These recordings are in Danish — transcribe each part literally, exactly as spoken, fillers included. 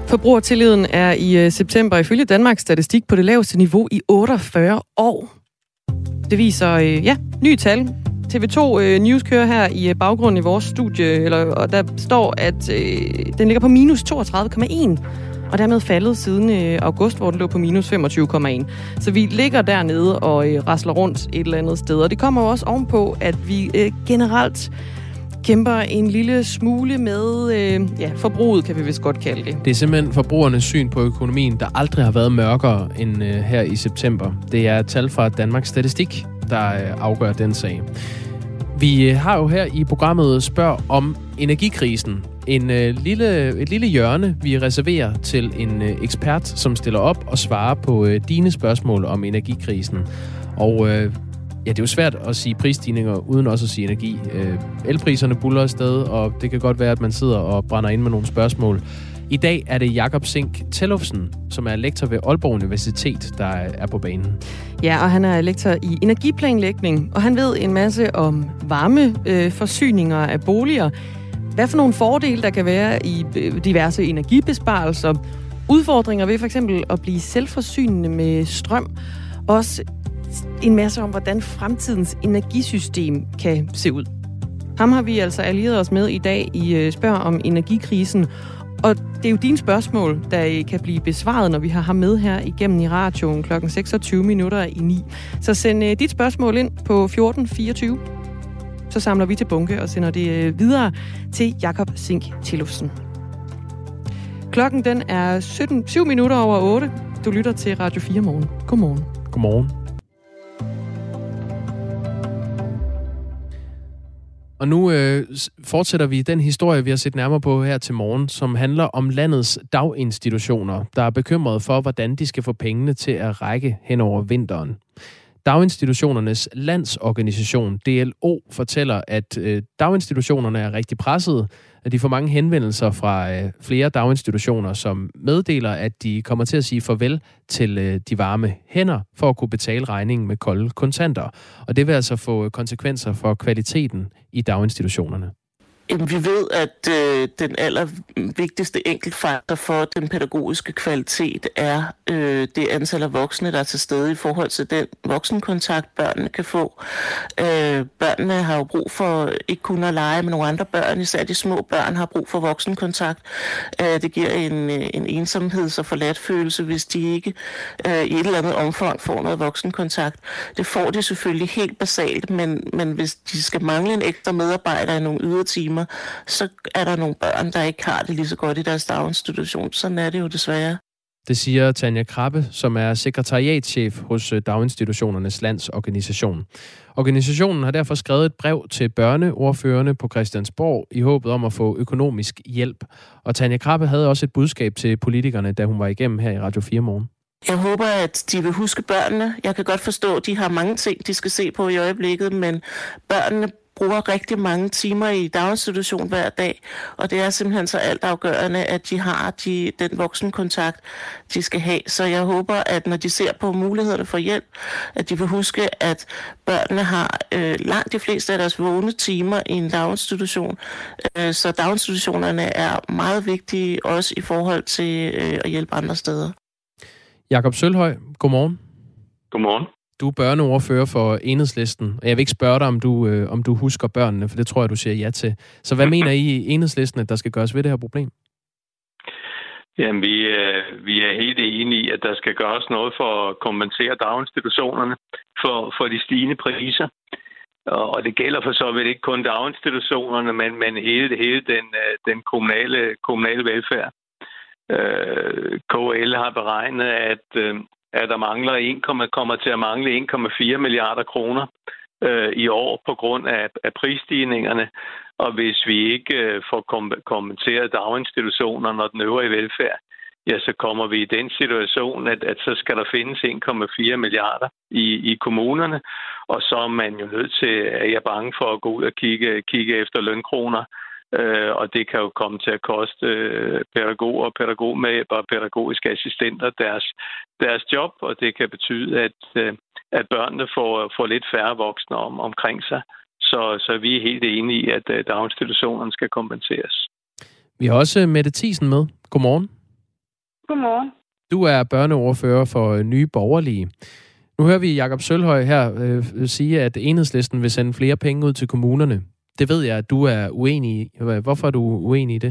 Forbrugertilliden er i september ifølge Danmarks Statistik på det laveste niveau i otteogfyrre år. Det viser, ja, nye tal. T V to News kører her i baggrunden i vores studie, eller, og der står, at øh, den ligger på minus toogtredive komma en, og dermed faldet siden øh, august, hvor den lå på minus femogtyve komma en. Så vi ligger dernede og øh, rasler rundt et eller andet sted, og det kommer også ovenpå, at vi øh, generelt kæmper en lille smule med øh, ja, forbruget, kan vi vist godt kalde det. Det er simpelthen forbrugernes syn på økonomien, der aldrig har været mørkere end øh, her i september. Det er tal fra Danmarks Statistik, der øh, afgør den sag. Vi øh, har jo her i programmet spørg om energikrisen. En øh, lille, et lille hjørne, vi reserverer til en øh, ekspert, som stiller op og svarer på øh, dine spørgsmål om energikrisen. Og øh, ja, det er jo svært at sige prisstigninger, uden også at sige energi. Øh, elpriserne buller afsted, og det kan godt være, at man sidder og brænder ind med nogle spørgsmål. I dag er det Jakob Zink Tellufsen, som er lektor ved Aalborg Universitet, der er på banen. Ja, og han er lektor i energiplanlægning, og han ved en masse om varmeforsyninger øh, af boliger. Hvad for nogle fordele, der kan være i diverse energibesparelser. Udfordringer ved for eksempel at blive selvforsynende med strøm. Også en masse om, hvordan fremtidens energisystem kan se ud. Ham har vi altså allieret os med i dag i Spørg om energikrisen. Og det er jo dine spørgsmål, der kan blive besvaret, når vi har ham med her igennem i radioen klokken seksogtyve minutter i ni. Så send uh, dit spørgsmål ind på fjorten fireogtyve. Så samler vi til bunke og sender det uh, videre til Jakob Zink Tellufsen. Klokken den er sytten, syv minutter over otte. Du lytter til Radio fire Morgen. Godmorgen. Godmorgen. Og nu øh, fortsætter vi den historie, vi har set nærmere på her til morgen, som handler om landets daginstitutioner, der er bekymrede for, hvordan de skal få pengene til at række hen over vinteren. Daginstitutionernes landsorganisation, D L O, fortæller, at øh, daginstitutionerne er rigtig pressede, at de får mange henvendelser fra øh, flere daginstitutioner, som meddeler, at de kommer til at sige farvel til øh, de varme hænder for at kunne betale regningen med kolde kontanter. Og det vil altså få konsekvenser for kvaliteten i daginstitutionerne. Jamen, vi ved, at øh, den allervigtigste enkeltfaktor for den pædagogiske kvalitet er øh, det antal af voksne, der er til stede i forhold til den voksenkontakt, børnene kan få. Øh, børnene har jo brug for ikke kun at lege med nogle andre børn, især de små børn har brug for voksenkontakt. Øh, det giver en, en ensomheds- og forladtfølelse, hvis de ikke øh, i et eller andet omfang får noget voksenkontakt. Det får de selvfølgelig helt basalt, men, men hvis de skal mangle en ekstra medarbejder i nogle ydertimer, så er der nogle børn, der ikke har det lige så godt i deres daginstitution. Sådan er det jo desværre. Det siger Tanja Krabbe, som er sekretariatschef hos Daginstitutionernes Landsorganisation. Organisationen har derfor skrevet et brev til børneordførerne på Christiansborg i håbet om at få økonomisk hjælp. Og Tanja Krabbe havde også et budskab til politikerne, da hun var igennem her i Radio fire Morgen. Jeg håber, at de vil huske børnene. Jeg kan godt forstå, at de har mange ting, de skal se på i øjeblikket, men børnene bruger rigtig mange timer i daginstitution hver dag, og det er simpelthen så altafgørende, at de har de, den voksenkontakt, de skal have. Så jeg håber, at når de ser på mulighederne for hjælp, at de vil huske, at børnene har øh, langt de fleste af deres vågne timer i en daginstitution. Øh, så daginstitutionerne er meget vigtige, også i forhold til øh, at hjælpe andre steder. Jakob Sølhøj, godmorgen. Godmorgen. Du er børneordfører for Enhedslisten, og jeg vil ikke spørge dig, om du, øh, om du husker børnene, for det tror jeg, du siger ja til. Så hvad mener I i Enhedslisten, at der skal gøres ved det her problem? Jamen, vi, øh, vi er helt enige i, at der skal gøres noget for at kompensere daginstitutionerne for, for de stigende priser. Og, og det gælder for så vidt ikke kun daginstitutionerne, men, men hele, hele den, den kommunale, kommunale velfærd. Øh, K L har beregnet, at øh, at der mangler en, kommer til at mangle en komma fire milliarder kroner øh, i år på grund af, af prisstigningerne. Og hvis vi ikke øh, får kom- kompenseret daginstitutionerne og den øvrige velfærd, ja, så kommer vi i den situation, at, at så skal der findes en komma fire milliarder i, i kommunerne. Og så er man jo nødt til, at jeg er bange for at gå ud og kigge, kigge efter lønkroner. Øh, og det kan jo komme til at koste øh, pædagoger og pædagogmedhjælpere og pædagogiske assistenter deres, deres job, og det kan betyde, at, øh, at børnene får, får lidt færre voksne om, omkring sig. Så, så vi er helt enige i, at øh, daginstitutionerne skal kompenseres. Vi har også Mette Thiesen med. Godmorgen. Godmorgen. Du er børneordfører for Nye Borgerlige. Nu hører vi Jakob Sølhøj her øh, sige, at Enhedslisten vil sende flere penge ud til kommunerne. Det ved jeg, at du er uenig i. Hvorfor er du uenig i det?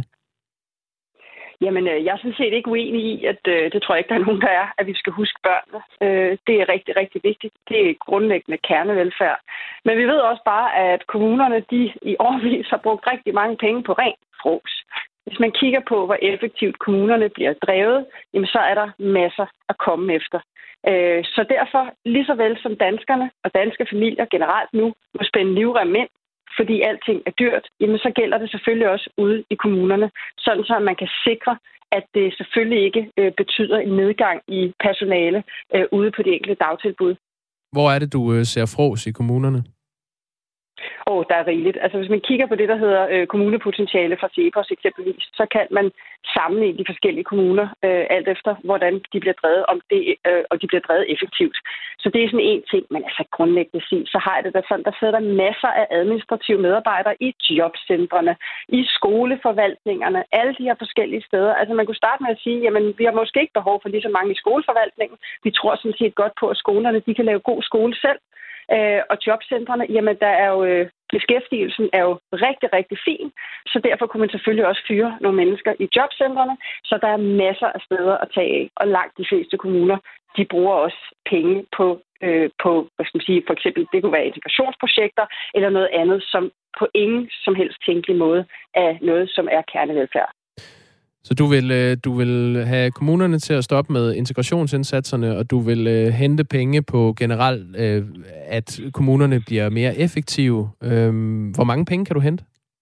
Jamen, jeg er sådan set ikke uenig i, at øh, det tror jeg ikke, der er nogen, der er, at vi skal huske børnene. Øh, det er rigtig, rigtig vigtigt. Det er grundlæggende kernevelfærd. Men vi ved også bare, at kommunerne, de i årevis har brugt rigtig mange penge på ren frås. Hvis man kigger på, hvor effektivt kommunerne bliver drevet, jamen, så er der masser at komme efter. Øh, så derfor, lige så vel som danskerne og danske familier generelt nu må spænde livrem ind, fordi alting er dyrt, jamen så gælder det selvfølgelig også ude i kommunerne, sådan så man kan sikre, at det selvfølgelig ikke øh, betyder en nedgang i personale øh, ude på de enkelte dagtilbud. Hvor er det, du øh, ser frås i kommunerne? Åh, oh, der er rigeligt. Altså hvis man kigger på det, der hedder øh, kommunepotentiale fra CEPOS eksempelvis, så kan man sammenligne de forskellige kommuner, øh, alt efter hvordan de bliver drevet, om det, øh, og de bliver drevet effektivt. Så det er sådan en ting, men altså grundlæggende sige, så har jeg det da sådan, der sidder der masser af administrative medarbejdere i jobcentrene, i skoleforvaltningerne, alle de her forskellige steder. Altså man kunne starte med at sige, jamen vi har måske ikke behov for lige så mange i skoleforvaltningen. Vi tror sådan set godt på, at skolerne de kan lave god skole selv. Øh, og jobcentrene, jamen der er jo, øh, beskæftigelsen er jo rigtig, rigtig fin, så derfor kunne man selvfølgelig også fyre nogle mennesker i jobcentrene, så der er masser af steder at tage af, og langt de fleste kommuner, de bruger også penge på, øh, på hvad skal man sige, for eksempel, det kunne være integrationsprojekter, eller noget andet, som på ingen som helst tænkelig måde er noget, som er kernevelfærd. Så du vil, du vil have kommunerne til at stoppe med integrationsindsatserne, og du vil uh, hente penge på generelt, uh, at kommunerne bliver mere effektive. Uh, hvor mange penge kan du hente?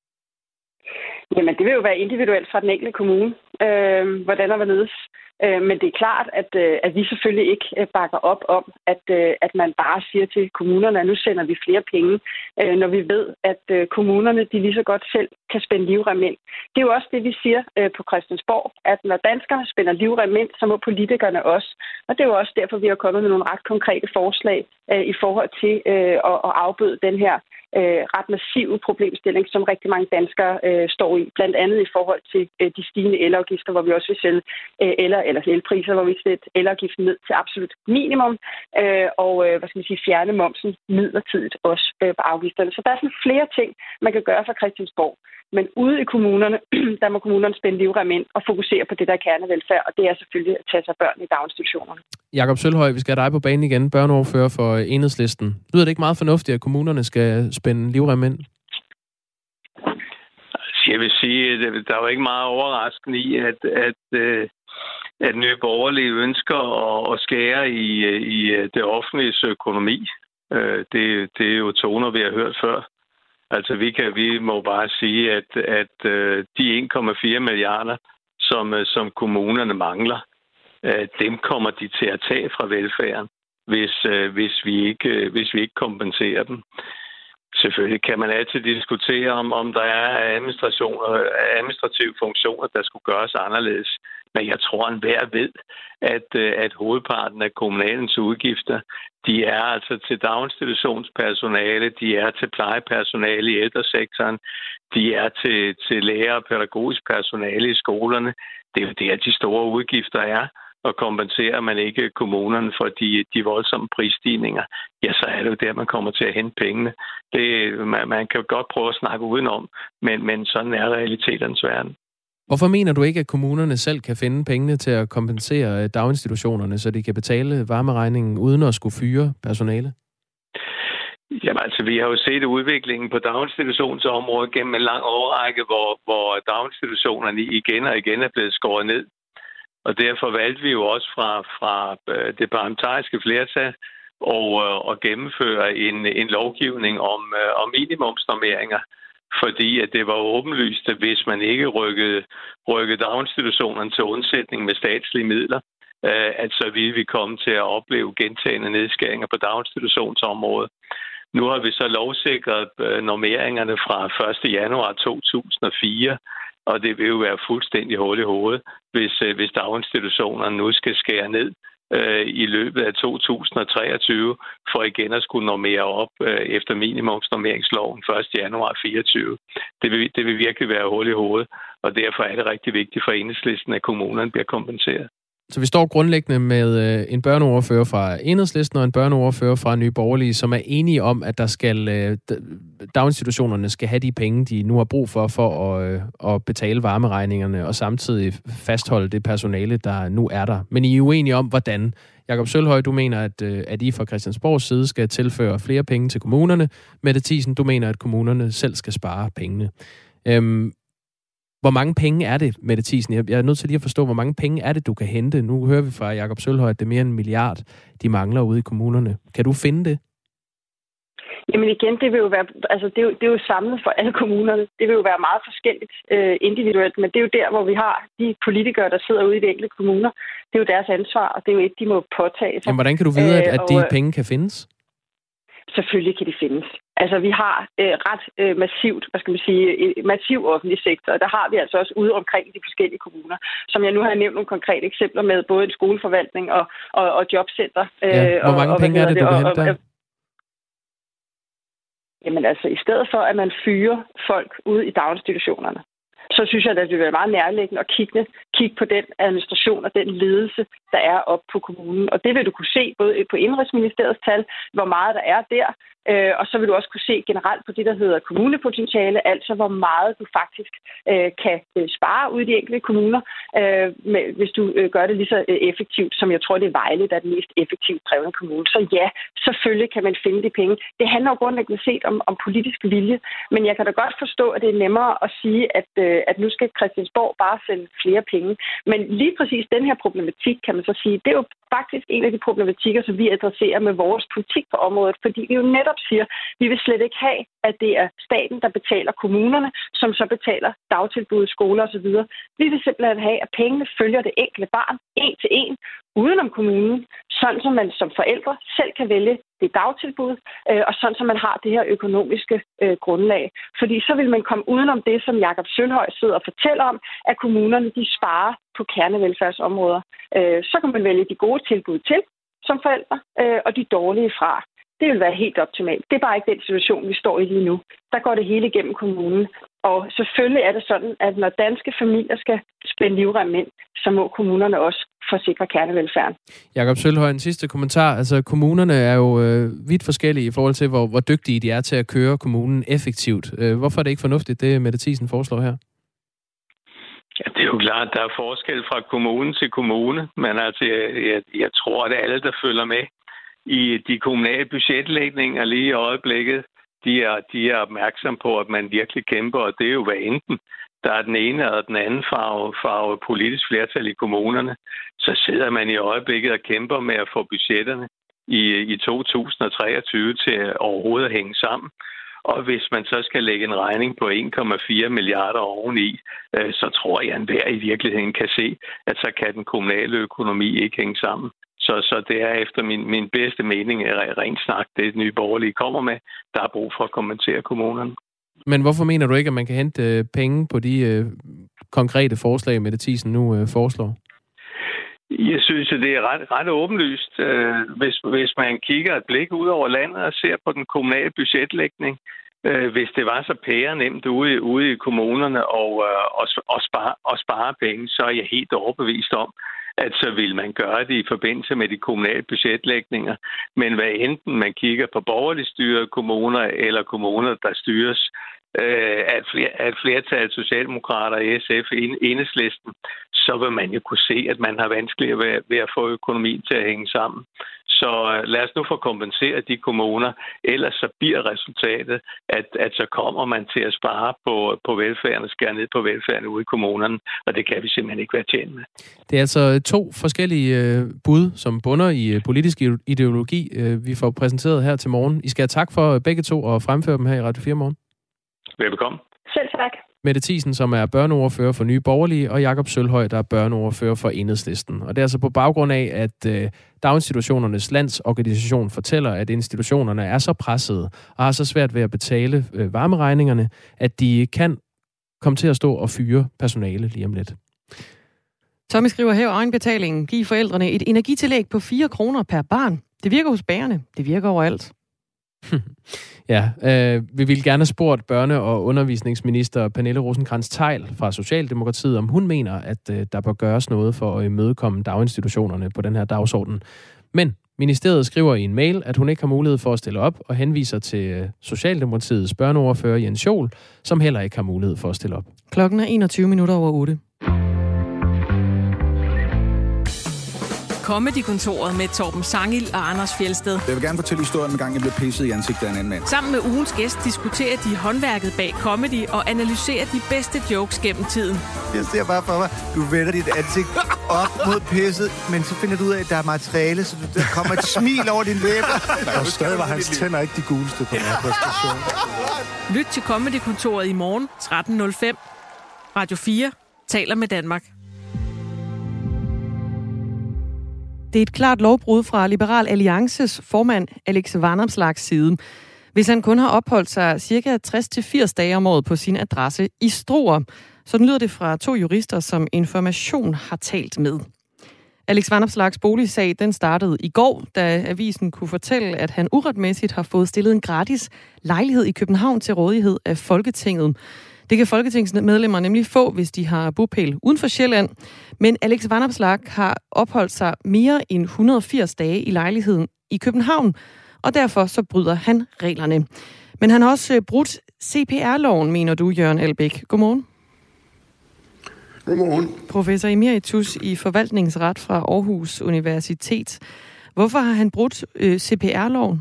Jamen, det vil jo være individuelt fra den enkelte kommune, øh, hvordan og hvorledes. Øh, men det er klart, at, øh, at vi selvfølgelig ikke øh, bakker op om, at, øh, at man bare siger til kommunerne, at nu sender vi flere penge, øh, når vi ved, at øh, kommunerne de lige så godt selv kan spænde livrem ind. Det er jo også det, vi siger øh, på Christiansborg, at når danskerne spænder livrem ind, så må politikerne også. Og det er jo også derfor, vi har kommet med nogle ret konkrete forslag øh, i forhold til øh, at, at afbøde den her øh, ret massive problemstilling, som rigtig mange danskere øh, står i. Blandt andet i forhold til øh, de stigende elafgifter, hvor vi også vil sælge øh, eller, eller elpriser, hvor vi sætter elafgiften ned til absolut minimum, øh, og øh, hvad skal man sige, fjerne momsen midlertidigt også øh, på afgifterne. Så der er sådan flere ting, man kan gøre fra Christiansborg. Men ude i kommunerne, der må kommunerne spænde livrem ind og fokusere på det, der er kernevelfærd, og det er selvfølgelig at tage sig børn i daginstitutionerne. Jakob Sølhøj, vi skal have dig på banen igen, børneordfører for Enhedslisten. Lyder det ikke meget fornuftigt, at kommunerne skal spænde livrem ind? Jeg vil sige, at der er jo ikke meget overraskende i, at, at, at Nye Borgerlige ønsker at skære i, i det offentliges økonomi. Det, det er jo toner, vi har hørt før. Altså, vi, kan, vi må bare sige, at, at de en komma fire milliarder, som, som kommunerne mangler, dem kommer de til at tage fra velfærden, hvis, hvis, vi, ikke, hvis vi ikke kompenserer dem. Selvfølgelig kan man altid diskutere, om, om der er administrative funktioner, der skulle gøres anderledes. Men jeg tror, at enhver ved, at, at hovedparten af kommunalens udgifter, de er altså til daginstitutionspersonale, de er til plejepersonale i ældresektoren, de er til, til lærer og pædagogisk personale i skolerne. Det er jo der, de store udgifter er. Og kompenserer man ikke kommunerne for de, de voldsomme prisstigninger, ja, så er det jo der, man kommer til at hente pengene. Det, man, man kan godt prøve at snakke udenom, men, men sådan er realiteternes verden. Hvorfor mener du ikke, at kommunerne selv kan finde pengene til at kompensere daginstitutionerne, så de kan betale varmeregningen uden at skulle fyre personale? Jamen altså, vi har jo set udviklingen på daginstitutionsområdet gennem en lang årrække, hvor, hvor daginstitutionerne igen og igen er blevet skåret ned. Og derfor valgte vi jo også fra, fra det parlamentariske flertal at, at gennemføre en, en lovgivning om, om minimumsnormeringer, fordi at det var åbenlyst, at hvis man ikke rykkede, rykkede daginstitutionerne til undsætning med statslige midler, at så ville vi komme til at opleve gentagne nedskæringer på daginstitutionsområdet. Nu har vi så lovsikret normeringerne fra første januar to tusind og fire, og det vil jo være fuldstændig hul i hovedet, hvis, hvis daginstitutionerne nu skal skære ned øh, i løbet af to tusind og treogtyve, for igen at skulle normere op øh, efter minimumsnormeringsloven første januar fireogtyve. Det vil, det vil virkelig være hul i hovedet, og derfor er det rigtig vigtigt for Enhedslisten, at kommunerne bliver kompenseret. Så vi står grundlæggende med øh, en børneordfører fra Enhedslisten og en børneordfører fra Nye Borgerlige, som er enige om, at der skal øh, daginstitutionerne skal have de penge, de nu har brug for, for at, øh, at betale varmeregningerne og samtidig fastholde det personale, der nu er der. Men I er uenige om, hvordan. Jakob Sølhøj, du mener, at, øh, at I fra Christiansborgs side skal tilføre flere penge til kommunerne. Mette Thiesen, du mener, at kommunerne selv skal spare pengene. Øhm, Hvor mange penge er det, Mette Thiesen? Jeg er nødt til lige at forstå, hvor mange penge er det, du kan hente? Nu hører vi fra Jakob Sølhøj, at det er mere end en milliard, de mangler ude i kommunerne. Kan du finde det? Jamen igen, det vil jo være, altså det er jo, det er jo samlet for alle kommunerne. Det vil jo være meget forskelligt øh, individuelt, men det er jo der, hvor vi har de politikere, der sidder ude i de enkelte kommuner. Det er jo deres ansvar, og det er jo et, de må påtage sig. Jamen, hvordan kan du vide, at, at de og, penge kan findes? Selvfølgelig kan de findes. Altså, vi har øh, ret øh, massivt, hvad skal man sige, massiv offentlig sektor, og der har vi altså også ude omkring de forskellige kommuner. Som jeg nu har nævnt nogle konkrete eksempler med, både en skoleforvaltning og, og, og jobcenter. Øh, ja, hvor mange og, penge er det, du kan hente der? Jamen altså, i stedet for, at man fyrer folk ude i daginstitutionerne, så synes jeg, at det vil være meget nærliggende at kigge, kigge på den administration og den ledelse, der er op på kommunen. Og det vil du kunne se både på Indenrigsministeriets tal, hvor meget der er der, øh, og så vil du også kunne se generelt på det, der hedder kommunepotentiale, altså hvor meget du faktisk øh, kan spare ude i de enkelte kommuner, øh, med, hvis du øh, gør det lige så øh, effektivt, som jeg tror, det er Vejle, der er den mest effektivt drevne kommune. Så ja, selvfølgelig kan man finde de penge. Det handler jo grundlæggende set om, om politisk vilje, men jeg kan da godt forstå, at det er nemmere at sige, at øh, at nu skal Christiansborg bare sende flere penge. Men lige præcis den her problematik, kan man så sige, det er jo faktisk en af de problematikker, som vi adresserer med vores politik på området, fordi vi jo netop siger, at vi vil slet ikke have, at det er staten, der betaler kommunerne, som så betaler dagtilbud, skoler osv. Vi vil simpelthen have, at pengene følger det enkelte barn en til en, udenom kommunen, sådan som man som forældre selv kan vælge det dagtilbud, øh, og sådan som man har det her økonomiske øh, grundlag. Fordi så vil man komme udenom det, som Jakob Sølhøj sidder og fortæller om, at kommunerne de sparer på kernevelfærdsområder. Øh, så kan man vælge de gode tilbud til som forældre, øh, og de dårlige fra. Det vil være helt optimalt. Det er bare ikke den situation, vi står i lige nu. Der går det hele igennem kommunen. Og selvfølgelig er det sådan, at når danske familier skal spænde livrem ind, så må kommunerne også forsikre kernevelfærden. Jakob Sølhøj, en sidste kommentar. Altså, kommunerne er jo øh, vidt forskellige i forhold til, hvor, hvor dygtige de er til at køre kommunen effektivt. Øh, hvorfor er det ikke fornuftigt, det Mette Thiesen foreslår her? Ja, det er jo klart, at der er forskel fra kommune til kommune, men altså, jeg, jeg, jeg tror, at alle, der følger med i de kommunale budgetlægninger lige i øjeblikket, de er, de er opmærksom på, at man virkelig kæmper, og det er jo hvad enten der er den ene og den anden farve, farve politisk flertal i kommunerne, så sidder man i øjeblikket og kæmper med at få budgetterne i, i to tusind treogtyve til overhovedet at hænge sammen. Og hvis man så skal lægge en regning på en komma fire milliarder oveni, øh, så tror jeg, at enhver i virkeligheden kan se, at så kan den kommunale økonomi ikke hænge sammen. Så, så det er efter min, min bedste mening rent snak, det Nye Borgerlige kommer med. Der er brug for at kompensere kommunerne. Men hvorfor mener du ikke, at man kan hente øh, penge på de øh, konkrete forslag, Mette Thiesen nu øh, foreslår? Jeg synes, at det er ret, ret åbenlyst. Øh, hvis, hvis man kigger et blik ud over landet og ser på den kommunale budgetlægning, øh, hvis det var så pære nemt ude, ude i kommunerne og, øh, og, og, spare, og spare penge, så er jeg helt overbevist om, at så vil man gøre det i forbindelse med de kommunale budgetlægninger. Men hvad enten man kigger på borgerligt styrede kommuner eller kommuner, der styres af et flertal socialdemokrater i S F Enhedslisten, så vil man jo kunne se, at man har vanskeligt ved, ved at få økonomien til at hænge sammen. Så lad os nu få kompenseret de kommuner, ellers så bliver resultatet, at, at så kommer man til at spare på, på velfærden og skære ned på velfærden ude i kommunerne, og det kan vi simpelthen ikke være tjent med. Det er altså to forskellige øh, bud, som bunder i øh, politisk ideologi, øh, vi får præsenteret her til morgen. I skal have tak for begge to at fremføre dem her i Radio fire Morgen. Velbekomme. Selv tak. Mette Thiesen, som er børneordfører for Nye Borgerlige, og Jakob Sølhøj, der er børneordfører for Enhedslisten. Og det er altså på baggrund af, at øh, daginstitutionernes landsorganisation fortæller, at institutionerne er så pressede og har så svært ved at betale øh, varmeregningerne, at de kan komme til at stå og fyre personale lige om lidt. Tommy skriver her, egenbetalingen giver forældrene et energitillæg på fire kroner per barn. Det virker hos bagerne. Det virker overalt. Ja, øh, vi ville gerne have spurgt børne- og undervisningsminister Pernille Rosenkrantz-Theil fra Socialdemokratiet, om hun mener, at øh, der bør gøres noget for at imødekomme daginstitutionerne på den her dagsorden. Men ministeriet skriver i en mail, at hun ikke har mulighed for at stille op, og henviser til øh, Socialdemokratiets børneordfører Jens Joel, som heller ikke har mulighed for at stille op. Klokken er enogtyve minutter over otte. Comedy-kontoret med Torben Sangil og Anders Fjeldsted. Jeg vil gerne fortælle historien med gang, jeg blev pisset i ansigtet af en anden mand. Sammen med ugens gæst diskuterer de håndværket bag comedy og analyserer de bedste jokes gennem tiden. Jeg ser bare for mig, du vender dit ansigt op mod pisset, men så finder du ud af, at der er materiale, så der kommer et smil over din læber. Og stadig var hans tænder ikke de guleste på den her præstation. Lyt til Comedy-kontoret i morgen tretten nul fem. Radio fire taler med Danmark. Det er et klart lovbrud fra Liberal Alliances formand Alex Vanopslaghs side, hvis han kun har opholdt sig cirka tres til firs dage om året på sin adresse i Struer. Sådan lyder det fra to jurister, som Information har talt med. Alex Vanopslaghs boligsag, den startede i går, da avisen kunne fortælle, at han uretmæssigt har fået stillet en gratis lejlighed i København til rådighed af Folketinget. Det kan folketingsmedlemmer nemlig få, hvis de har bopæl uden for Sjælland. Men Alex Vanopslagh har opholdt sig mere end et hundrede og firs dage i lejligheden i København, og derfor så bryder han reglerne. Men han har også brudt C P R-loven, mener du, Jørgen Elbæk. Godmorgen. Godmorgen. Professor emeritus i forvaltningsret fra Aarhus Universitet. Hvorfor har han brudt øh, C P R-loven?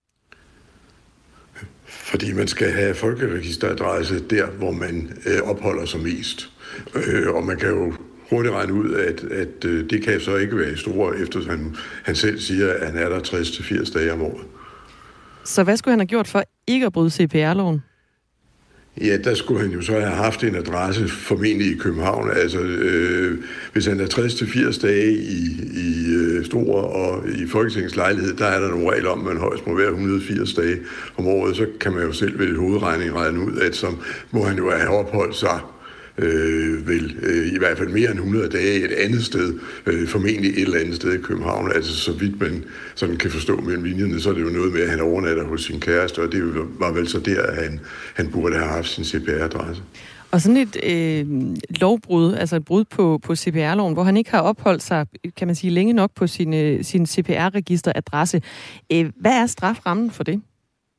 Fordi man skal have folkeregisteradresse der, hvor man øh, opholder sig mest. Øh, og man kan jo hurtigt regne ud, at, at øh, det kan så ikke være i Struer, efter han, han selv siger, at han er der tres til firs dage om året. Så hvad skulle han have gjort for ikke at bryde C P R-loven? Ja, der skulle han jo så have haft en adresse formentlig i København. Altså, øh, hvis han er tres til firs dage i, i øh, Struer og i Folketingets lejlighed, der er der nogle regler om, at man højst må være et hundrede og firs dage om året. Så kan man jo selv ved et hovedregning regne ud, at så må han jo have opholdt sig øh, vel øh, i hvert fald mere end hundrede dage et andet sted, øh, formentlig et eller andet sted i København. Altså så vidt man sådan kan forstå mellem linjerne, så er det jo noget med, at han overnatter hos sin kæreste, og det var vel så der, at han, han burde have haft sin C P R-adresse. Og sådan et øh, lovbrud, altså et brud på, på C P R-loven, hvor han ikke har opholdt sig, kan man sige, længe nok på sin, øh, sin C P R-registeradresse. Øh, hvad er straframmen for det?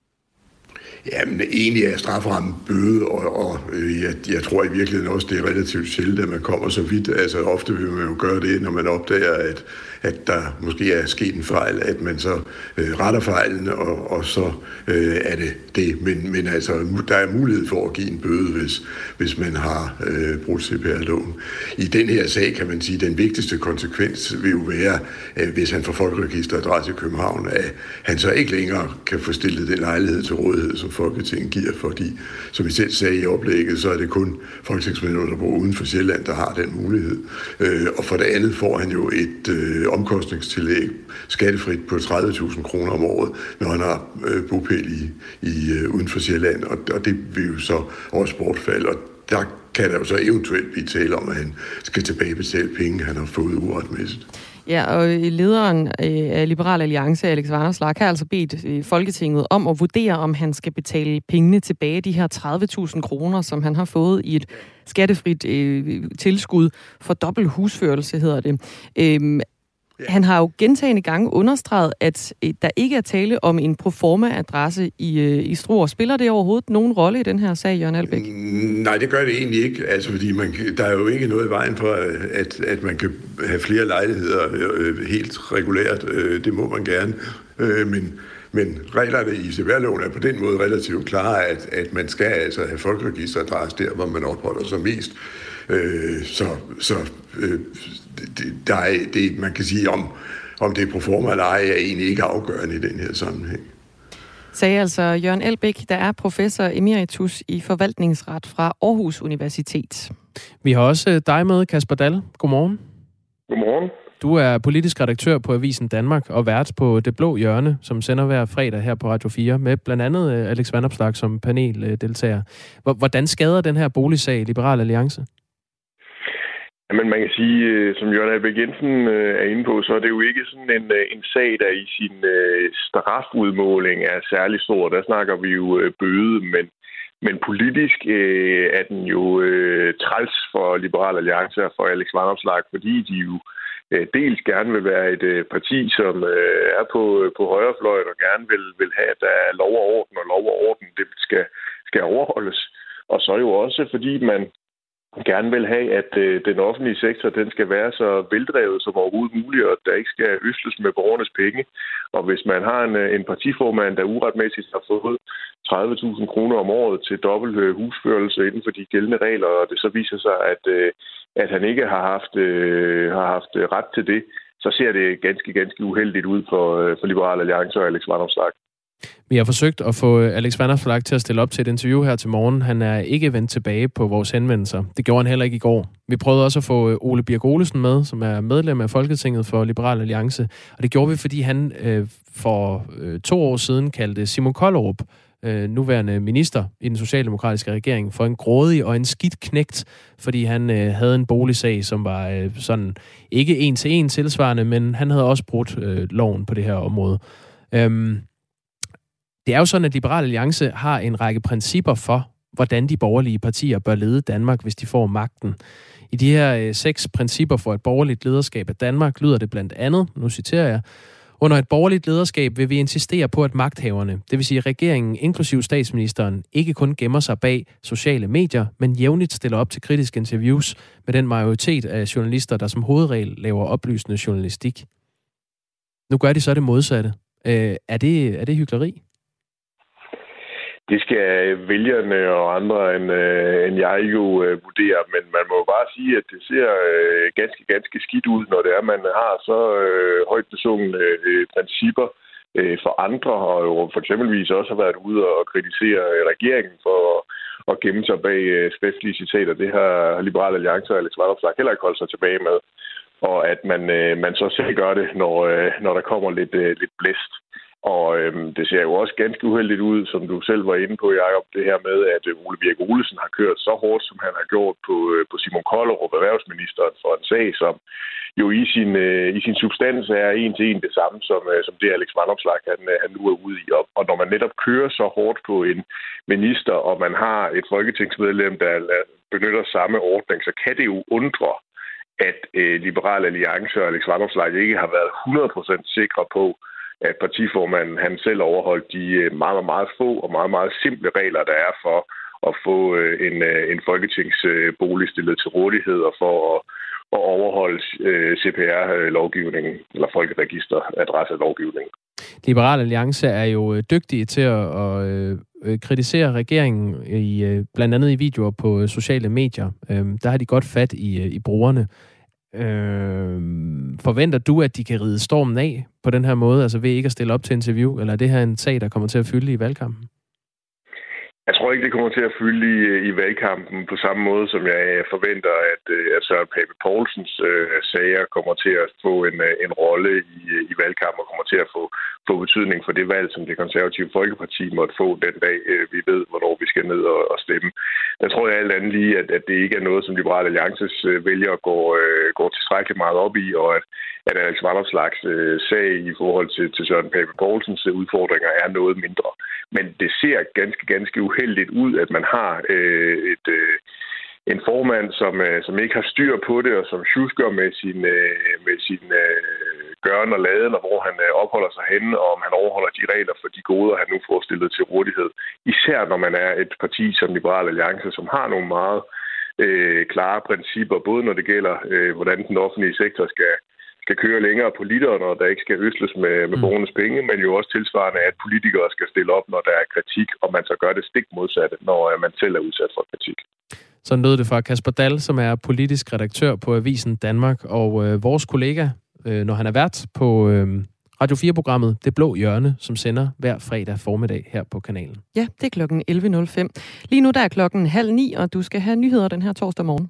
Jamen, egentlig er straframmen bøde, og, og øh, jeg, jeg tror i virkeligheden også, det er relativt sjældent, at man kommer så vidt. Altså, ofte vil man jo gøre det, når man opdager, at, at der måske er sket en fejl, at man så øh, retter fejlen, og, og så øh, er det det. Men, men altså, der er mulighed for at give en bøde, hvis, hvis man har øh, brudt C P R-loven. I den her sag kan man sige, at den vigtigste konsekvens vil jo være, øh, hvis han får folkeregisteradresse i København, at han så ikke længere kan få stillet den lejlighed til rådighed, som Folketinget giver, fordi, som vi selv sagde i oplægget, så er det kun folketingsmedlemmer, der bor uden for Sjælland, der har den mulighed. Øh, og for det andet får han jo et øh, omkostningstillæg skattefrit på tredive tusind kroner om året, når han har øh, bopæl i, i øh, uden for Sjælland, og, og det vil jo så også bortfalde, og der kan der jo så eventuelt blive tale om, at han skal tilbagebetale penge, han har fået uretmæssigt. Ja, og lederen af Liberal Alliance, Alex Vanopslagh, har altså bedt Folketinget om at vurdere, om han skal betale pengene tilbage, de her tredive tusind kroner, som han har fået i et skattefrit øh, tilskud for dobbelt husførelse, hedder det. Øhm, Han har jo gentagne gange understreget, at der ikke er tale om en proforma-adresse i, i Struer. Spiller det overhovedet nogen rolle i den her sag, Jørgen Elbæk? Nej, det gør det egentlig ikke. Altså, fordi man, der er jo ikke noget i vejen for, at, at man kan have flere lejligheder øh, helt regulært. Øh, det må man gerne. Øh, men, men reglerne i C P R-loven er på den måde relativt klare, at, at man skal altså have folkeregisteradresse der, hvor man opholder sig mest. Øh, så så øh, det, der er, det, man kan sige, om, om det er proforma eller ej, er egentlig ikke afgørende i den her sammenhæng. Sagde altså Jørgen Elbæk, der er professor emeritus i forvaltningsret fra Aarhus Universitet. Vi har også dig med, Kasper Dahl. Godmorgen. Godmorgen. Du er politisk redaktør på Avisen Danmark og vært på Det Blå Hjørne, som sender hver fredag her på Radio fire, med blandt andet Alex Vanopslagh som paneldeltager. Hvordan skader den her boligsag Liberal Alliance? Men man kan sige, som Jørgen Albæk Jensen er inde på, så er det jo ikke sådan en, en sag, der i sin strafudmåling er særlig stor. Der snakker vi jo bøde, men, men politisk øh, er den jo øh, træls for Liberal Alliance og for Alex Vanopslagh, fordi de jo øh, dels gerne vil være et øh, parti, som øh, er på, på højrefløjen og gerne vil, vil have, at der er lov og orden, og lov og orden det skal, skal overholdes. Og så jo også, fordi man gerne vil have, at øh, den offentlige sektor den skal være så veldrevet som overhovedet muligt, og at der ikke skal øsles med borgernes penge. Og hvis man har en, en partiformand, der uretmæssigt har fået tredive tusind kroner om året til dobbelt øh, husførelse inden for de gældende regler, og det så viser sig, at, øh, at han ikke har haft, øh, har haft ret til det, så ser det ganske, ganske uheldigt ud for, øh, for Liberal Alliance og Alex Vanopslagh. Vi har forsøgt at få Alex Vanopslagh til at stille op til et interview her til morgen. Han er ikke vendt tilbage på vores henvendelser. Det gjorde han heller ikke i går. Vi prøvede også at få Ole Birk Olesen med, som er medlem af Folketinget for Liberal Alliance. Og det gjorde vi, fordi han øh, for øh, to år siden kaldte Simon Kollerup, øh, nuværende minister i den socialdemokratiske regering, for en grådig og en skidt knægt, fordi han øh, havde en boligsag, som var øh, sådan ikke en til en tilsvarende, men han havde også brudt øh, loven på det her område. Øhm, Det er jo sådan, at Liberal Alliance har en række principper for, hvordan de borgerlige partier bør lede Danmark, hvis de får magten. I de her øh, seks principper for et borgerligt lederskab af Danmark lyder det blandt andet, nu citerer jeg, under et borgerligt lederskab vil vi insistere på, at magthaverne, det vil sige regeringen inklusiv statsministeren, ikke kun gemmer sig bag sociale medier, men jævnligt stiller op til kritiske interviews med den majoritet af journalister, der som hovedregel laver oplysende journalistik. Nu gør de så det modsatte. Øh, er det, er det hykleri? Det skal vælgerne og andre end, øh, end jeg jo øh, vurdere, men man må jo bare sige, at det ser øh, ganske, ganske skidt ud, når det er, man har så øh, højt besungne øh, principper øh, for andre, og jo for eksempelvis også har været ude og kritisere øh, regeringen for at, at gemme sig bag øh, skriftlige citater. Det har Liberal Alliance og Alex Vanopslagh heller ikke holdt sig tilbage med, og at man, øh, man så selv gør det, når, øh, når der kommer lidt, øh, lidt blæst. Og øhm, det ser jo også ganske uheldigt ud, som du selv var inde på, Jacob, det her med, at øh, Ole Birk Olesen har kørt så hårdt, som han har gjort på, øh, på Simon Kollerup, erhvervsministeren, for en sag, som jo i sin, øh, i sin substans er en til en det samme, som, øh, som det Alex Vanopslagh han, han nu er ude i. Og, og når man netop kører så hårdt på en minister, og man har et folketingsmedlem, der benytter samme ordning, så kan det jo undre, at øh, Liberal Alliance og Alex Vanopslagh ikke har været hundrede procent sikre på, at partiformanden han selv overholdt de meget, meget, meget få og meget, meget simple regler, der er for at få en, en folketingsbolig stillet til rådighed og for at, at overholde C P R-lovgivningen eller folkeregisteradresselovgivningen. Liberal Alliance er jo dygtige til at, at, at kritisere regeringen, i, blandt andet i videoer på sociale medier. Der har de godt fat i, i brugerne. Øh, forventer du, at de kan ride stormen af på den her måde, altså ved ikke at stille op til interview, eller er det her en sag, der kommer til at fylde i valgkampen? Jeg tror ikke, det kommer til at fylde i, i valgkampen på samme måde, som jeg forventer, at, at Søren Pape Poulsens øh, sager kommer til at få en, en rolle i, i valgkampen og kommer til at få, få betydning for det valg, som det konservative Folkeparti måtte få den dag, øh, vi ved, hvornår vi skal ned og, og stemme. Der tror jeg alt andet lige, at, at det ikke er noget, som Liberal Alliances øh, vælgere går, øh, går tilstrækkeligt meget op i, og at, at Alex Vanopslaghs øh, sag i forhold til, til Søren Pape Poulsens øh, udfordringer er noget mindre. Men det ser ganske, ganske uheldigt ud, at man har øh, et, øh, en formand, som, øh, som ikke har styr på det, og som sjusker med sin, øh, med sin øh, gøren og laden, og hvor han øh, opholder sig henne, og om han overholder de regler for de goder, han nu får stillet til rådighed. Især når man er et parti som Liberal Alliance, som har nogle meget øh, klare principper, både når det gælder, øh, hvordan den offentlige sektor skal skal køre længere på literen, og der ikke skal øsles med, med borgernes penge, men jo også tilsvarende, at politikere skal stille op, når der er kritik, og man så gør det stik modsatte, når man selv er udsat for kritik. Sådan lød det fra Kasper Dahl, som er politisk redaktør på Avisen Danmark, og øh, vores kollega, øh, når han er vært på øh, Radio fire-programmet Det Blå Hjørne, som sender hver fredag formiddag her på kanalen. Ja, det er klokken elleve nul fem. Lige nu der er klokken halv ni, og du skal have nyheder den her torsdag morgen.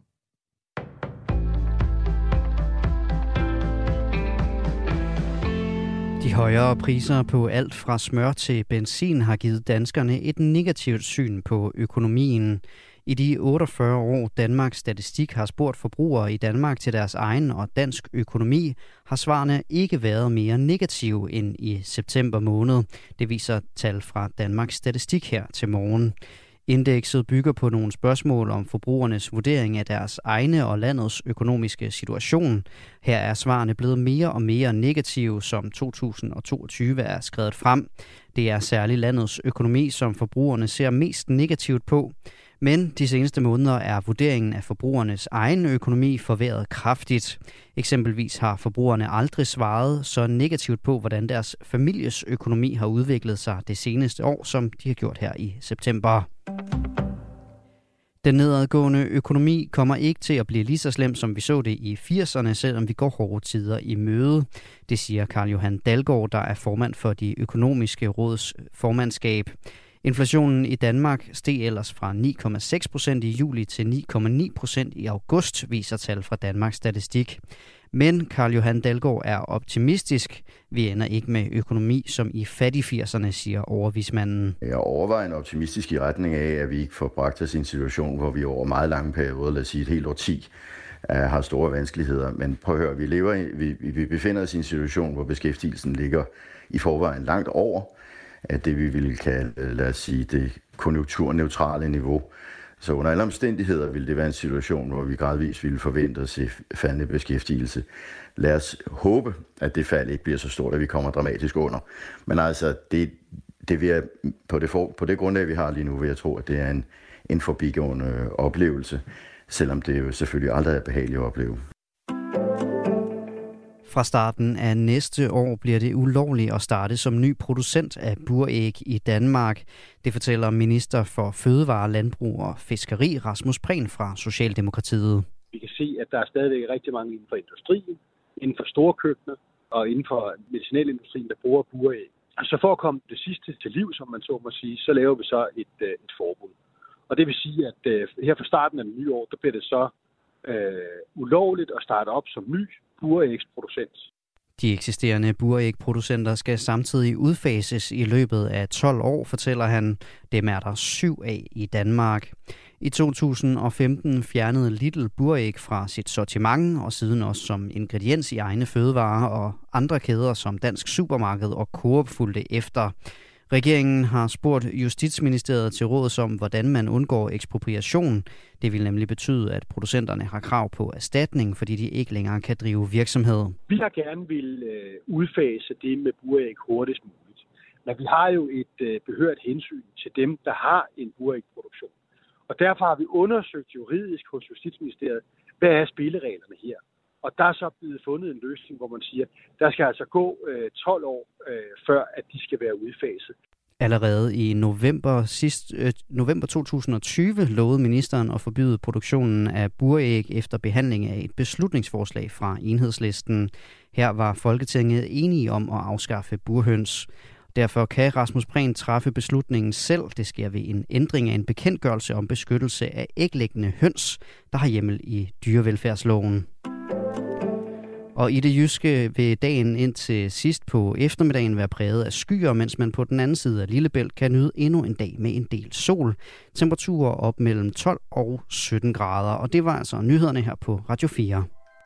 De højere priser på alt fra smør til benzin har givet danskerne et negativt syn på økonomien. I de otteogfyrre år Danmarks Statistik har spurgt forbrugere i Danmark til deres egen og dansk økonomi, har svarene ikke været mere negative end i september måned. Det viser tal fra Danmarks Statistik her til morgen. Indekset bygger på nogle spørgsmål om forbrugernes vurdering af deres egne og landets økonomiske situation. Her er svarene blevet mere og mere negative, som to tusind og toogtyve er skrevet frem. Det er særligt landets økonomi, som forbrugerne ser mest negativt på. Men de seneste måneder er vurderingen af forbrugernes egen økonomi forværret kraftigt. Eksempelvis har forbrugerne aldrig svaret så negativt på, hvordan deres families økonomi har udviklet sig det seneste år, som de har gjort her i september. Den nedadgående økonomi kommer ikke til at blive lige så slem, som vi så det i firserne, selvom vi går hårde tider i møde. Det siger Carl Johan Dalgaard, der er formand for de økonomiske råds formandskab. Inflationen i Danmark steg ellers fra ni komma seks procent i juli til ni komma ni procent i august, viser tal fra Danmarks Statistik. Men Carl Johan Dalgaard er optimistisk. Vi ender ikke med økonomi som i fattigfirserne, siger overvismanden. Jeg overvejer en optimistisk i retning af, at vi ikke får bragt os i en situation, hvor vi over meget lange perioder, lad os sige et helt årti, har store vanskeligheder. Men prøv at høre, vi, lever i, vi, vi befinder os i en situation, hvor beskæftigelsen ligger i forvejen langt over at det vi ville kalde, lad os sige, det konjunkturneutrale niveau. Så under alle omstændigheder ville det være en situation, hvor vi gradvist ville forvente at se faldende beskæftigelse. Lad os håbe, at det fald ikke bliver så stort, at vi kommer dramatisk under. Men altså, det, det vil jeg, på, det for, på det grundlag, vi har lige nu, vil jeg tro, at det er en, en forbigående oplevelse, selvom det jo selvfølgelig aldrig er behageligt at opleve. Fra starten af næste år bliver det ulovligt at starte som ny producent af buræg i Danmark. Det fortæller minister for Fødevare, Landbrug og Fiskeri Rasmus Prehn fra Socialdemokratiet. Vi kan se, at der er stadigvæk rigtig mange inden for industrien, inden for store køkkener og inden for medicinalindustrien, der bruger buræg. Så for at komme det sidste til liv, som man så må sige, så laver vi så et, et forbud. Og det vil sige, at her fra starten af det nye år, der bliver det så øh, ulovligt at starte op som ny burægsproducent. De eksisterende burægproducenter skal samtidig udfases i løbet af tolv år, fortæller han. Dem er der syv af i Danmark. I to tusind og femten fjernede Lidl buræg fra sit sortiment, og siden også som ingrediens i egne fødevarer, og andre kæder som Dansk Supermarked og Coop fulgte efter. Regeringen har spurgt Justitsministeriet til råds om, hvordan man undgår ekspropriation. Det vil nemlig betyde, at producenterne har krav på erstatning, fordi de ikke længere kan drive virksomhed. Vi har gerne vil udfase det med buræg hurtigst muligt. Men vi har jo et behørt hensyn til dem, der har en burægproduktion. Og derfor har vi undersøgt juridisk hos Justitsministeriet, hvad er spillereglerne her. Og der er så blevet fundet en løsning, hvor man siger, der skal altså gå øh, tolv år, øh, før at de skal være udfaset. Allerede i november, sidst, øh, november to tusind og tyve lovede ministeren at forbyde produktionen af buræg efter behandling af et beslutningsforslag fra Enhedslisten. Her var Folketinget enige om at afskaffe burhøns. Derfor kan Rasmus Prehn træffe beslutningen selv. Det sker ved en ændring af en bekendtgørelse om beskyttelse af æglæggende høns, der har hjemmel i dyrevelfærdsloven. Og i det jyske vil dagen indtil sidst på eftermiddagen være præget af skyer, mens man på den anden side af Lillebælt kan nyde endnu en dag med en del sol. Temperaturer op mellem tolv og sytten grader. Og det var altså nyhederne her på Radio fire.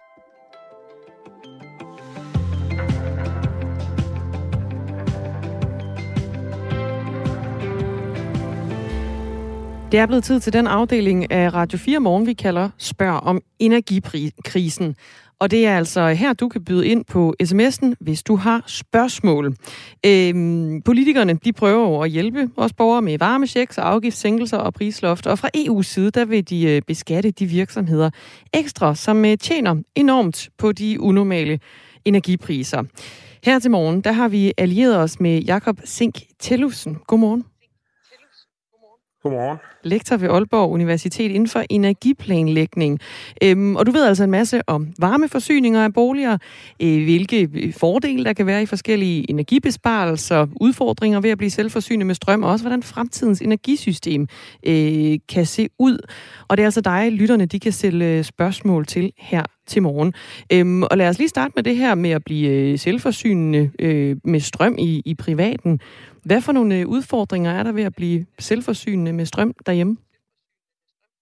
Det er blevet tid til den afdeling af Radio fire Morgen, vi kalder Spørg om energikrisen. Og det er altså her, du kan byde ind på sms'en, hvis du har spørgsmål. Øhm, politikerne, de prøver jo at hjælpe os borgere med varmechecks og afgiftssænkelser og prisloft. Og fra E U's side, der vil de beskatte de virksomheder ekstra, som tjener enormt på de unormale energipriser. Her til morgen, der har vi allieret os med Jakob Zink Tellufsen. Godmorgen. Godmorgen. Lektor ved Aalborg Universitet inden for energiplanlægning. Øhm, og du ved altså en masse om varmeforsyninger af boliger, øh, hvilke fordele der kan være i forskellige energibesparelser, udfordringer ved at blive selvforsynet med strøm, og også hvordan fremtidens energisystem øh, kan se ud. Og det er altså dig, lytterne, de kan stille spørgsmål til her til morgen. Øhm, og lad os lige starte med det her med at blive selvforsynende øh, med strøm i, i privaten. Hvad for nogle udfordringer er der ved at blive selvforsynende med strøm derhjemme?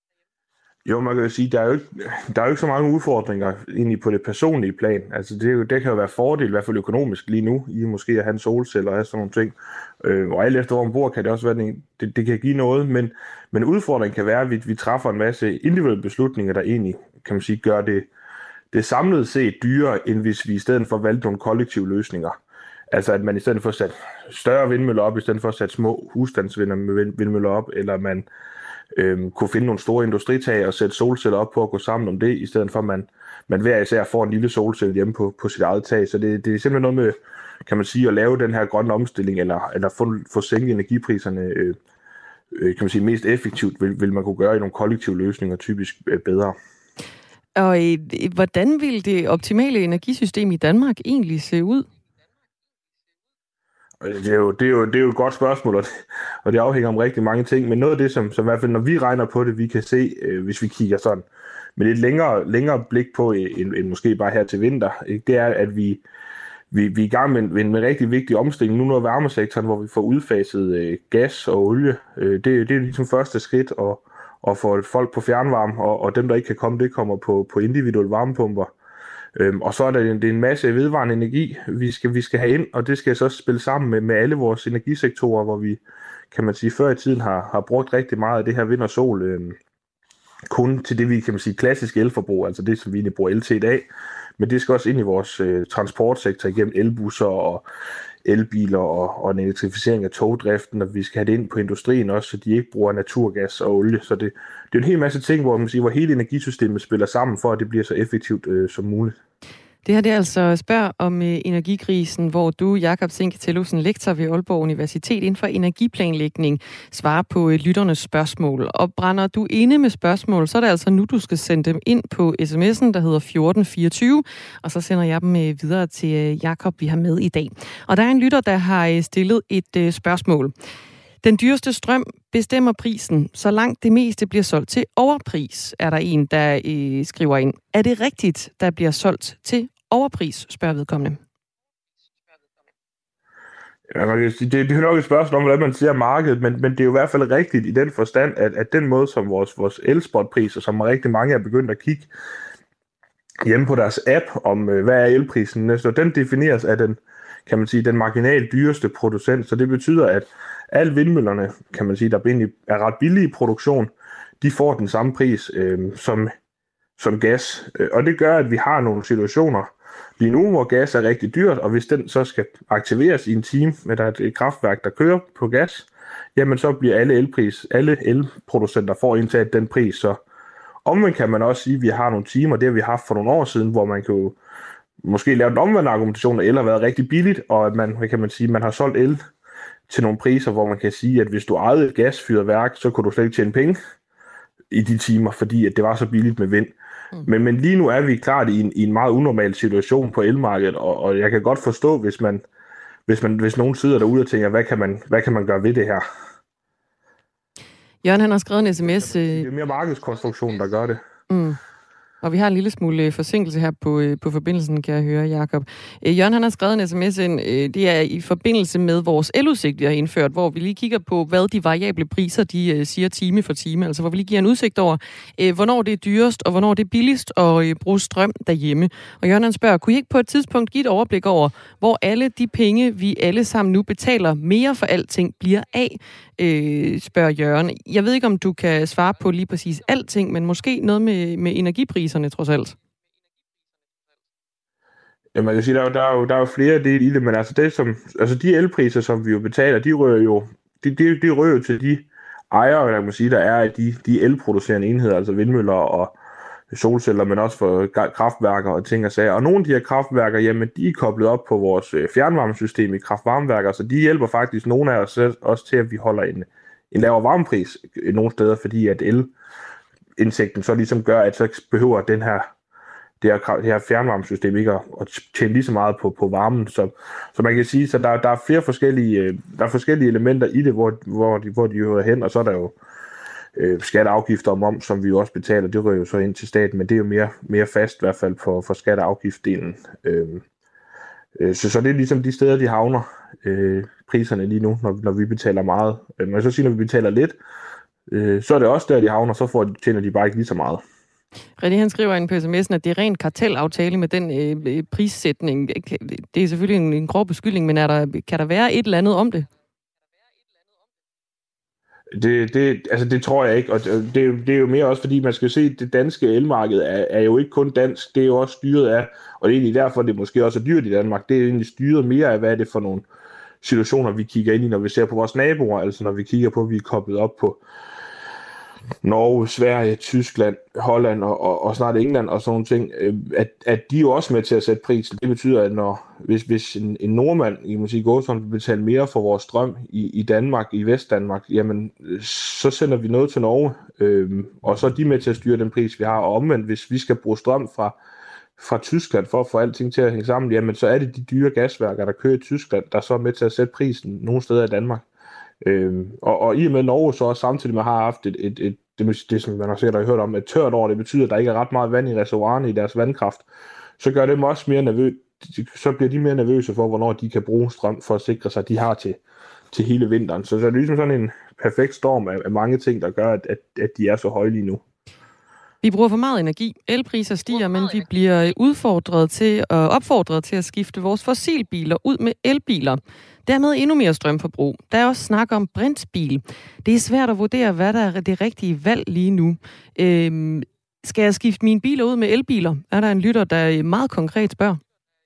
Jo, man kan jo sige, der er jo ikke, der er jo ikke så mange udfordringer egentlig på det personlige plan. Altså, det, er jo, det kan jo være fordel, i hvert fald økonomisk lige nu, i måske at have en solceller og sådan nogle ting. Øh, og alt efter hvor man bor, kan det også være, det, det, det kan give noget, men, men udfordringen kan være, at vi, vi træffer en masse individuelle beslutninger, der egentlig, kan man sige, gør det, det samlet set dyrere, end hvis vi i stedet for valgte nogle kollektive løsninger. Altså, at man i stedet for at sætte større vindmøller op, i stedet for at sætte små husstandsvindmøller op, eller man Øhm, kunne finde nogle store industritag og sætte solceller op på at gå sammen om det, i stedet for at man, man hver især får en lille solcelle hjemme på, på sit eget tag. Så det, det er simpelthen noget med, kan man sige, at lave den her grønne omstilling, eller, eller få, få sænket energipriserne, øh, øh, kan man sige, mest effektivt, vil, vil man kunne gøre i nogle kollektive løsninger typisk øh, bedre. Og øh, hvordan vil det optimale energisystem i Danmark egentlig se ud? Det er, jo, det, er jo, det er jo et godt spørgsmål, og det, og det afhænger om rigtig mange ting, men noget af det, som, som i hvert fald, når vi regner på det, vi kan se, øh, hvis vi kigger sådan med et længere, længere blik på, end, end måske bare her til vinter, ikke? Det er, at vi, vi, vi er i gang med en, med en rigtig vigtig omstilling nu, når varmesektoren, hvor vi får udfaset øh, gas og olie. Øh, det, det er ligesom første skridt, og, og få folk på fjernvarme, og, og dem, der ikke kan komme, det kommer på, på individuelle varmepumper. Øhm, og så er der en, det er en masse vedvarende energi, vi skal, vi skal have ind, og det skal så spille sammen med, med alle vores energisektorer, hvor vi, kan man sige, før i tiden har, har brugt rigtig meget af det her vind og sol, øhm, kun til det, vi kan man sige, klassisk elforbrug, altså det, som vi egentlig bruger el til i dag, men det skal også ind i vores øh, transportsektor igennem elbusser og elbiler og, og en elektrificering af togdriften, og vi skal have det ind på industrien også, så de ikke bruger naturgas og olie. Så det, det er en hel masse ting, hvor, man siger, hvor hele energisystemet spiller sammen, for at det bliver så effektivt øh, som muligt. Det her det er altså Spørg om øh, energikrisen, hvor du, Jakob Zinke Tellufsen, lektor ved Aalborg Universitet inden for energiplanlægning, svarer på øh, lytternes spørgsmål. Og brænder du inde med spørgsmål, så er det altså nu, du skal sende dem ind på sms'en, der hedder fjorten fireogtyve, og så sender jeg dem øh, videre til øh, Jakob, vi har med i dag. Og der er en lytter, der har øh, stillet et øh, spørgsmål. Den dyreste strøm bestemmer prisen, så langt det meste bliver solgt til overpris, er der en, der øh, skriver ind. Er det rigtigt, der bliver solgt til overpris, spørger vedkommende? Ja, man kan sige, det, det er nok et spørgsmål om, hvordan man ser markedet, men, men det er jo i hvert fald rigtigt i den forstand, at, at den måde, som vores, vores elspotpriser, som rigtig mange er begyndt at kigge hjemme på deres app om, øh, hvad er elprisen, så den defineres af den, kan man sige, den marginalt dyreste producent, så det betyder, at alle vindmøllerne, kan man sige, der egentlig er ret billige i produktion, de får den samme pris øh, som, som gas. Og det gør, at vi har nogle situationer lige nu, hvor gas er rigtig dyrt, og hvis den så skal aktiveres i en time, med der er et kraftværk, der kører på gas, jamen så bliver alle elpris, alle elproducenter får indtaget den pris. Så omvendt kan man også sige, at vi har nogle timer, det har vi haft for nogle år siden, hvor man kan jo måske lave en omvendt argumentation, at el har været rigtig billigt, og at man, kan man sige, man har solgt el til nogle priser, hvor man kan sige, at hvis du ejede et gasfyret værk, så kunne du slet ikke tjene penge i de timer, fordi at det var så billigt med vind. Mm. Men, men lige nu er vi klart i en, i en meget unormal situation på elmarkedet, og, og jeg kan godt forstå, hvis man, hvis man, hvis nogen sidder derude og tænker, hvad kan man, hvad kan man gøre ved det her? Jørgen, han har skrevet en sms. Det er mere markedskonstruktionen, der gør det. Mm. Og vi har en lille smule forsinkelse her på, på forbindelsen, kan jeg høre, Jakob. Jørgen, han har skrevet en sms ind. Det er i forbindelse med vores eludsigt, vi har indført, hvor vi lige kigger på, hvad de variable priser, de siger time for time. Altså, hvor vi lige giver en udsigt over, hvornår det er dyrest, og hvornår det er billigst at bruge strøm derhjemme. Og Jørgen, han spørger, kunne I ikke på et tidspunkt give et overblik over, hvor alle de penge, vi alle sammen nu betaler mere for alting, bliver af? Øh, spørger Jørgen. Jeg ved ikke, om du kan svare på lige præcis alting, men måske noget med, med energipriserne, trods alt. Ja, man kan sige, der er jo, der er jo, der er jo flere dele i det, men altså, det, som, altså de elpriser, som vi jo betaler, de rører jo, de, de, de rører jo til de ejere, der, man sige, der er i de, de elproducerende enheder, altså vindmøller og solceller, men også for kraftværker og ting og sager. Og nogle af de her kraftværker, jamen, de er koblet op på vores fjernvarmesystem i kraftvarmeværker, så de hjælper faktisk nogle af os også til, at vi holder en, en lavere varmepris nogle steder, fordi at elindsigten så ligesom gør, at så behøver den her, det her, det her fjernvarmesystem ikke at, at tjene lige så meget på, på varmen. Så, så man kan sige, at der, der er flere forskellige, der er forskellige elementer i det, hvor, hvor, de, hvor de hører hen, og så er der jo Øh, skatteafgifter og moms, som vi jo også betaler, det rører jo så ind til staten, men det er jo mere, mere fast i hvert fald for, for skatteafgiftdelen. Øh, øh, så, så det er ligesom de steder, de havner øh, priserne lige nu, når, når vi betaler meget. Øh, man kan så sige, når vi betaler lidt, øh, så er det også der, de havner, så får de, tjener de bare ikke lige så meget. René, han skriver ind på sms'en, at det er rent kartelaftale med den øh, prissætning. Det er selvfølgelig en, en grov beskyldning, men er der, kan der være et eller andet om det? Det, det, altså det tror jeg ikke, og det, det er jo mere også, fordi man skal se, at det danske elmarked er, er jo ikke kun dansk, det er jo også styret af, og det er egentlig derfor, det måske også er dyrt i Danmark, det er egentlig styret mere af, hvad er det for nogle situationer, vi kigger ind i, når vi ser på vores naboer, altså når vi kigger på, at vi er koblet op på Norge, Sverige, Tyskland, Holland og, og, og snart England og sådan nogle ting, at, at de er jo også med til at sætte prisen. Det betyder, at når, hvis, hvis en, en nordmand, I må sige Gåsson, vil betale mere for vores strøm i, i Danmark, i Vestdanmark, jamen så sender vi noget til Norge, øhm, og så er de med til at styre den pris, vi har. Og omvendt, hvis vi skal bruge strøm fra, fra Tyskland for at få alting til at hænge sammen, jamen så er det de dyre gasværker, der kører i Tyskland, der så er med til at sætte prisen nogle steder i Danmark. Øhm, og, og i og med Norge så også samtidig med har haft et, et, et det, det som man har sikkert hørt om, et tørt år, det betyder, at der ikke er ret meget vand i reservoirerne i deres vandkraft, så gør dem også mere nervøse, så bliver de mere nervøse for, hvornår de kan bruge strøm for at sikre sig, at de har til, til hele vinteren. Så, så er det ligesom sådan en perfekt storm af, af mange ting, der gør, at, at, at de er så høje lige nu. Vi bruger for meget energi. Elpriser stiger, men vi bliver udfordret til og opfordret til at skifte vores fossilbiler ud med elbiler. Dermed endnu mere strømforbrug. Der er også snak om brintbil. Det er svært at vurdere, hvad der er det rigtige valg lige nu. Øhm, skal jeg skifte mine biler ud med elbiler? Er der en lytter, der meget konkret spørger?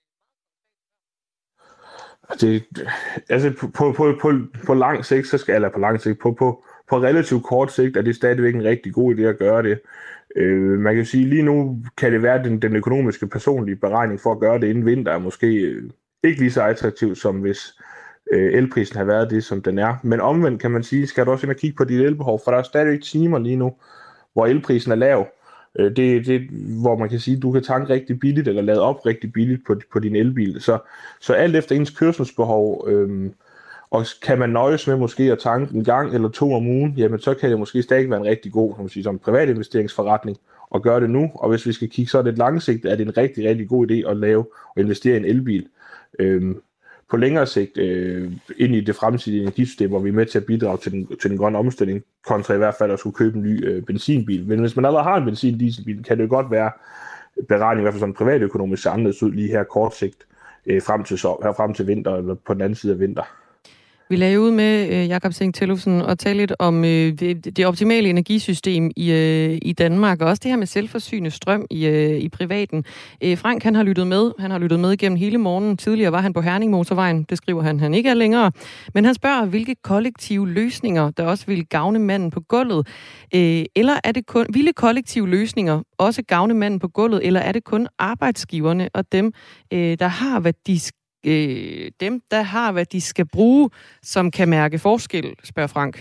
Det, altså på, på, på, på lang sigt, så skal eller på lang sigt, på, på, på relativt kort sigt, er det stadigvæk en rigtig god idé at gøre det. Øh, man kan sige, lige nu kan det være, at den, den økonomiske personlige beregning for at gøre det inden vinter er måske øh, ikke lige så attraktivt, som hvis øh, elprisen har været det, som den er. Men omvendt kan man sige, skal du også ind og kigge på dit elbehov, for der er stadigvæk timer lige nu, hvor elprisen er lav. Øh, det er det, hvor man kan sige, at du kan tanke rigtig billigt, eller lade op rigtig billigt på, på din elbil. Så, så alt efter ens kørselsbehov, øh, og kan man nøjes med måske at tanke en gang eller to om ugen, jamen så kan det måske stadig være en rigtig god, som, sige, som privat investeringsforretning at gøre det nu. Og hvis vi skal kigge så lidt langsigtet, er det en rigtig, rigtig god idé at lave og investere i en elbil. Øhm, på længere sigt øh, ind i det fremtidige energisystem, hvor vi er med til at bidrage til den, til den grønne omstilling, kontra i hvert fald at skulle købe en ny øh, benzinbil. Men hvis man allerede har en benzin-dieselbil, kan det jo godt være beregning, i hvert fald sådan privatøkonomisk, så anderledes ud lige her kort sigt øh, frem, til så, her frem til vinter, eller på den anden side af vinter. Vi lagde ud med øh, Jakob Seng Tellufsen og tale lidt om øh, det, det optimale energisystem i, øh, i Danmark, og også det her med selvforsynende strøm i, øh, i privaten. Øh, Frank, han har lyttet med. Han har lyttet med igennem hele morgenen. Tidligere var han på Herning Motorvejen. Det skriver han, han ikke er længere. Men han spørger, hvilke kollektive løsninger, der også vil gavne manden på gulvet. Øh, eller er det kun, ville kollektive løsninger også gavne manden på gulvet, eller er det kun arbejdsgiverne og dem, øh, der har, hvad de skal Øh, dem, der har, hvad de skal bruge, som kan mærke forskel, spørger Frank.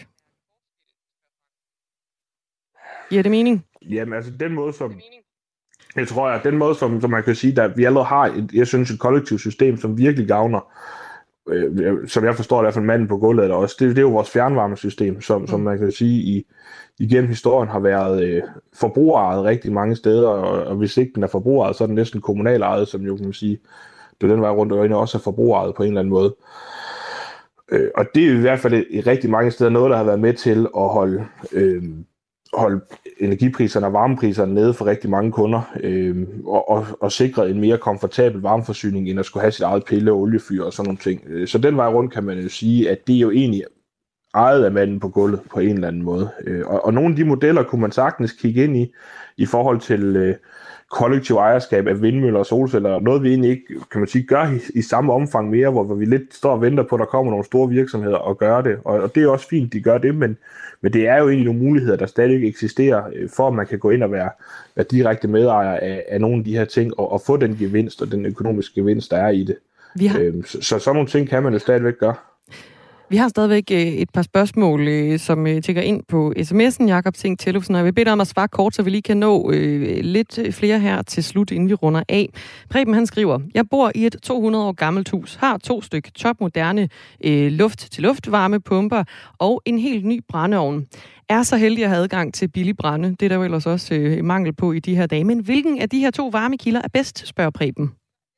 Giver det mening? Jamen, altså den måde, som... Jeg tror, at den måde, som, som man kan sige, at vi allerede har, et, jeg synes, et kollektivt system, som virkelig gavner, øh, som jeg forstår, i hvert fald manden på gulvet, eller også, det, det er jo vores fjernvarmesystem, som, mm. som man kan sige, i, igennem historien har været øh, forbrugerejet rigtig mange steder, og, og hvis ikke den er forbrugerejet, så er den næsten kommunalejet, som jo kan man sige, det er den vej rundt, og også er forbrugerejet på en eller anden måde. Øh, og det er i hvert fald i rigtig mange steder noget, der har været med til at holde, øh, holde energipriserne og varmepriserne nede for rigtig mange kunder, øh, og, og, og sikre en mere komfortabel varmeforsyning, end at skulle have sit eget pille- og oliefyr og sådan nogle ting. Så den vej rundt kan man jo sige, at det er jo egentlig ejet af manden på gulvet på en eller anden måde. Øh, og, og nogle af de modeller kunne man sagtens kigge ind i, i forhold til... Øh, kollektiv ejerskab af vindmøller og solceller, noget vi egentlig ikke, kan man sige, gør i, i samme omfang mere, hvor, hvor vi lidt står og venter på, at der kommer nogle store virksomheder og gør det, og, og det er også fint, de gør det, men, men det er jo egentlig nogle muligheder, der stadig eksisterer, for at man kan gå ind og være, være direkte medejer af, af nogle af de her ting, og, og få den gevinst og den økonomiske gevinst, der er i det. Vi har... øhm, så, så sådan nogle ting kan man jo stadigvæk gøre. Vi har stadigvæk et par spørgsmål, som tækker ind på sms'en, Jakob Seng Tellufsen, og jeg vil bede dig om at svare kort, så vi lige kan nå øh, lidt flere her til slut, inden vi runder af. Preben, han skriver, jeg bor i et to hundrede år gammelt hus, har to stykker topmoderne øh, luft-til-luft-varmepumper og en helt ny brændeovn. Er så heldig at have adgang til billig brænde. Det er der jo ellers også øh, mangel på i de her dage. Men hvilken af de her to varmekilder er bedst, spørger Preben?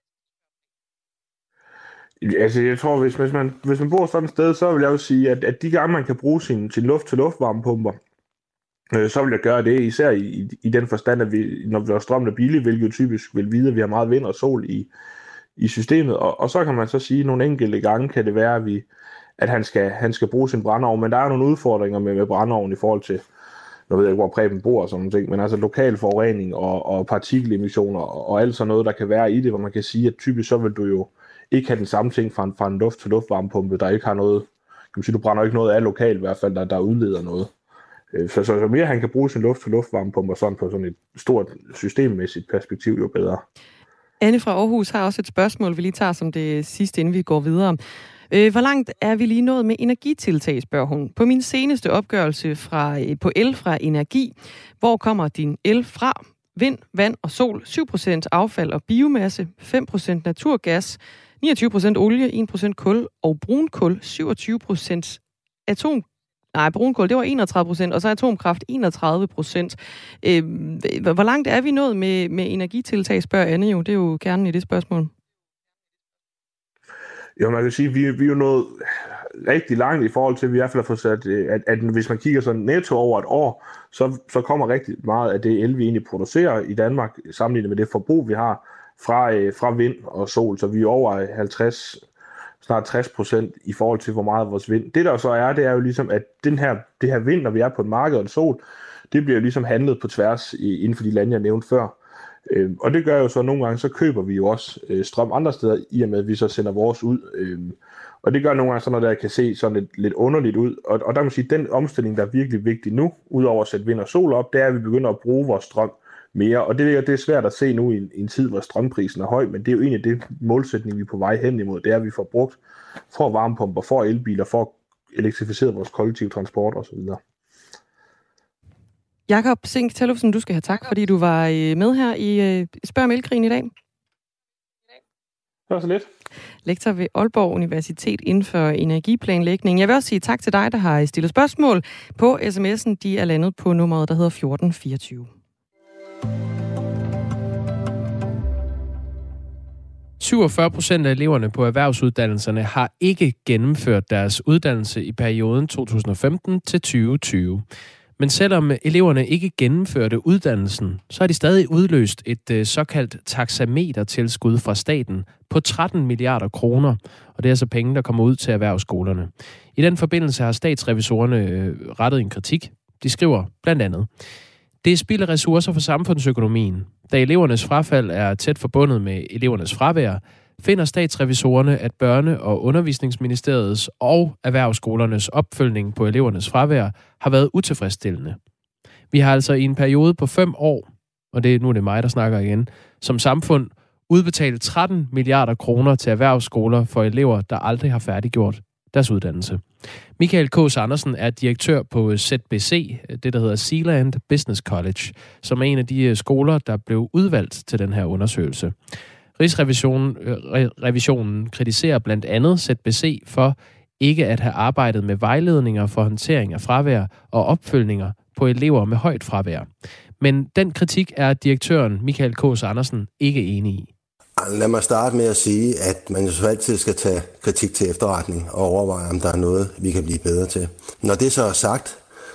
Altså, jeg tror, hvis, hvis, man, hvis man bor sådan et sted, så vil jeg jo sige, at, at de gange, man kan bruge sin, sin luft-til-luft-varmepumper, øh, så vil jeg gøre det, især i, i, i den forstand, at vi, når vores strøm er billig, hvilket jo typisk vil vide, at vi har meget vind og sol i, i systemet, og, og så kan man så sige, at nogle enkelte gange kan det være, at, vi, at han, skal, han skal bruge sin brændeovn, men der er nogle udfordringer med, med brændeovn i forhold til, nu ved jeg ikke, hvor Preben bor og sådan nogle ting, men altså lokal forurening og, og partikelemissioner og, og alt sådan noget, der kan være i det, hvor man kan sige, at typisk så vil du jo ikke have den samme ting fra en, fra en luft-til-luftvarmepumpe, der ikke har noget, kan man sige, du brænder ikke noget af lokalt i hvert fald, der, der udleder noget. Så, så, så mere han kan bruge sin luft-til-luftvarmepumpe sådan på sådan et stort systemmæssigt perspektiv, jo bedre. Anne fra Aarhus har også et spørgsmål, vi lige tager som det sidste, inden vi går videre. Øh, hvor langt er vi lige nået med energitiltag, spørger hun. På min seneste opgørelse fra, på el fra Energi, hvor kommer din el fra? Vind, vand og sol, syv procent affald og biomasse, fem procent naturgas, niogtyve procent olie, en procent kul og brunkul, syvogtyve procent atom. Nej, brunkul, det var enogtredive procent, og så atomkraft enogtredive procent. Øh, hvor langt er vi nået med, med energitiltag, spørger Anne jo. Det er jo kernen i det spørgsmål. Jo, man kan sige, at vi, vi er jo nået rigtig langt i forhold til, at vi i hvert fald har fået sat, at, at hvis man kigger sådan netto over et år, så, så kommer rigtig meget af det el, vi egentlig producerer i Danmark, sammenlignet med det forbrug, vi har fra, fra vind og sol. Så vi er over halvtreds, snart tres procent i forhold til, hvor meget vores vind. Det der så er, det er jo ligesom, at den her, det her vind, når vi er på et marked og sol, det bliver jo ligesom handlet på tværs inden for de lande, jeg nævnte før. Øh, og det gør jo så, at nogle gange, så køber vi jo også øh, strøm andre steder, i og med, at vi så sender vores ud. Øh, og det gør nogle gange sådan noget, der kan se sådan lidt, lidt underligt ud. Og, og der kan man sige, at den omstilling, der er virkelig vigtig nu, udover at sætte vind og sol op, det er, at vi begynder at bruge vores strøm mere. Og det, det er svært at se nu i en, i en tid, hvor strømprisen er høj, men det er jo egentlig det målsætning, vi er på vej hen imod. Det er, at vi får brugt for varmepumper, for elbiler, for at elektrificere vores kollektive transport osv. Jakob Sink Tellefsen, du skal have tak, fordi du var med her i Spørg om Elkrigen i dag. Det var så lidt. Lektor ved Aalborg Universitet inden for energiplanlægning. Jeg vil også sige tak til dig, der har stillet spørgsmål på sms'en. De er landet på nummeret, der hedder fjorten fireogtyve. syvogfyrre procent af eleverne på erhvervsuddannelserne har ikke gennemført deres uddannelse i perioden to tusind og femten til tyve tyve. Men selvom eleverne ikke gennemførte uddannelsen, så har de stadig udløst et såkaldt taxametertilskud fra staten på tretten milliarder kroner, og det er altså penge, der kommer ud til erhvervsskolerne. I den forbindelse har statsrevisorerne rettet en kritik. De skriver blandt andet: det er spild af ressourcer for samfundsøkonomien. Da elevernes frafald er tæt forbundet med elevernes fravær, finder statsrevisorerne, at Børne- og Undervisningsministeriets og erhvervsskolernes opfølgning på elevernes fravær har været utilfredsstillende. Vi har altså i en periode på fem år, og det, nu er det mig, der snakker igen, som samfund udbetalt tretten milliarder kroner til erhvervsskoler for elever, der aldrig har færdiggjort deres uddannelse. Michael K. Andersen er direktør på Z B C, det der hedder Zealand Business College, som er en af de skoler, der blev udvalgt til den her undersøgelse. Rigsrevisionen revisionen kritiserer blandt andet Z B C for ikke at have arbejdet med vejledninger for håndtering af fravær og opfølgninger på elever med højt fravær. Men den kritik er direktøren Michael K. Andersen ikke enig i. Lad mig starte med at sige, at man jo så altid skal tage kritik til efterretning og overveje, om der er noget, vi kan blive bedre til. Når det så er sagt,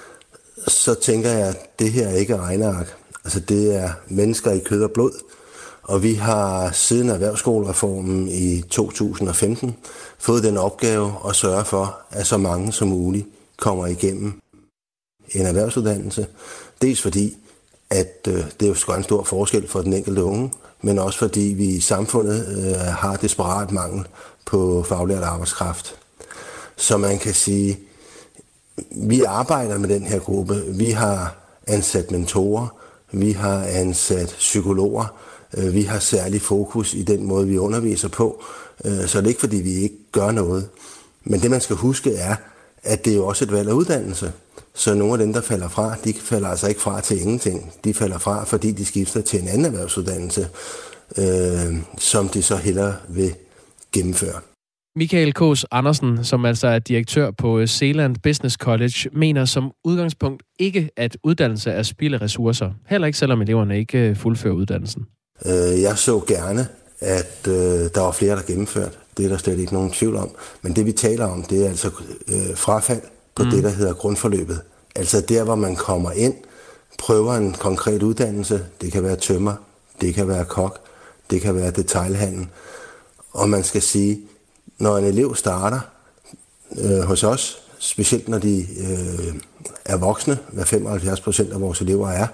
så tænker jeg, at det her ikke er regneark. Altså det er mennesker i kød og blod. Og vi har siden erhvervsskolereformen i to tusind og femten fået den opgave at sørge for, at så mange som muligt kommer igennem en erhvervsuddannelse. Dels fordi, at øh, det er jo en stor forskel for den enkelte unge, men også fordi vi i samfundet øh, har desperat mangel på faglært arbejdskraft. Så man kan sige, vi arbejder med den her gruppe. Vi har ansat mentorer, vi har ansat psykologer, vi har særlig fokus i den måde, vi underviser på, så det er ikke, fordi vi ikke gør noget. Men det, man skal huske, er, at det er jo også et valg af uddannelse. Så nogle af dem, der falder fra, de falder altså ikke fra til ingenting. De falder fra, fordi de skifter til en anden erhvervsuddannelse, øh, som de så hellere vil gennemføre. Michael K. Andersen, som altså er direktør på Zealand Business College, mener som udgangspunkt ikke, at uddannelse er spild af ressourcer. Heller ikke, selvom eleverne ikke fuldfører uddannelsen. Jeg så gerne, at øh, der var flere, der gennemførte. Det er der slet ikke nogen tvivl om. Men det, vi taler om, det er altså øh, frafald på mm. det, der hedder grundforløbet. Altså der, hvor man kommer ind, prøver en konkret uddannelse. Det kan være tømrer, det kan være kok, det kan være detailhandel. Og man skal sige, når en elev starter øh, hos os, specielt når de øh, er voksne, hvad femoghalvfjerds procent af vores elever er,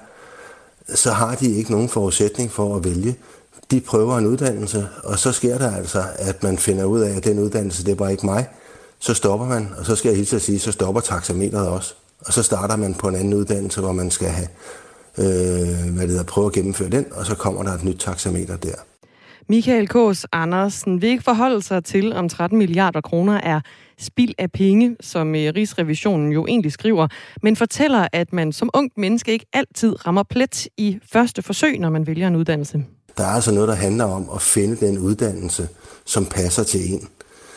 så har de ikke nogen forudsætning for at vælge. De prøver en uddannelse, og så sker der altså, at man finder ud af, at den uddannelse, det er bare ikke mig. Så stopper man, og så skal jeg hilse at sige, så stopper taxameteret også. Og så starter man på en anden uddannelse, hvor man skal have, øh, hvad det hedder, prøve at gennemføre den, og så kommer der et nyt taxameter der. Michael Kaas Andersen vil ikke forholde sig til, om tretten milliarder kroner er spild af penge, som Rigsrevisionen jo egentlig skriver, men fortæller, at man som ungt menneske ikke altid rammer plet i første forsøg, når man vælger en uddannelse. Der er altså noget, der handler om at finde den uddannelse, som passer til en.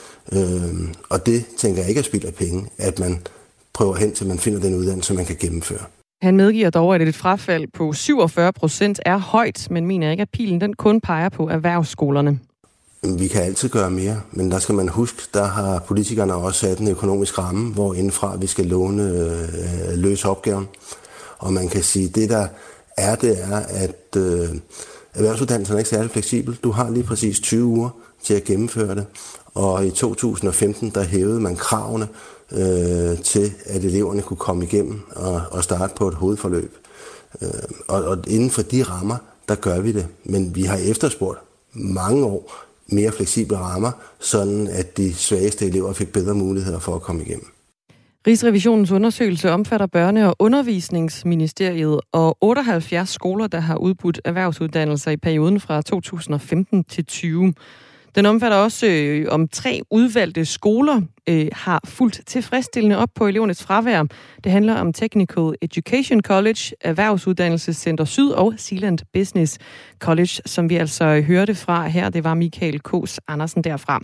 Øh, og det tænker jeg ikke er spild af penge, at man prøver hen til, man finder den uddannelse, man kan gennemføre. Han medgiver dog, at et frafald på syvogfyrre procent er højt, men mener ikke, at pilen den kun peger på erhvervsskolerne. Vi kan altid gøre mere, men der skal man huske, der har politikerne også sat en økonomisk ramme, hvor indenfra vi skal låne øh, løse opgaven. Og man kan sige, at det der er, det er, at øh, erhvervsuddannelsen er ikke særlig fleksibel. Du har lige præcis tyve uger til at gennemføre det, og i to tusind og femten der hævede man kravene øh, til, at eleverne kunne komme igennem og, og starte på et hovedforløb. Øh, og, og inden for de rammer, der gør vi det. Men vi har efterspurgt mange år mere fleksible rammer, sådan at de svageste elever fik bedre muligheder for at komme igennem. Rigsrevisionens undersøgelse omfatter Børne- og Undervisningsministeriet og otteoghalvfjerds skoler, der har udbudt erhvervsuddannelser i perioden fra to tusind og femten til tyve. Den omfatter også, øh, om tre udvalgte skoler øh, har fuldt tilfredsstillende op på elevernes fravær. Det handler om Technical Education College, Erhvervsuddannelsescenter Syd og Zealand Business College, som vi altså hørte fra her. Det var Michael Kaas Andersen derfra.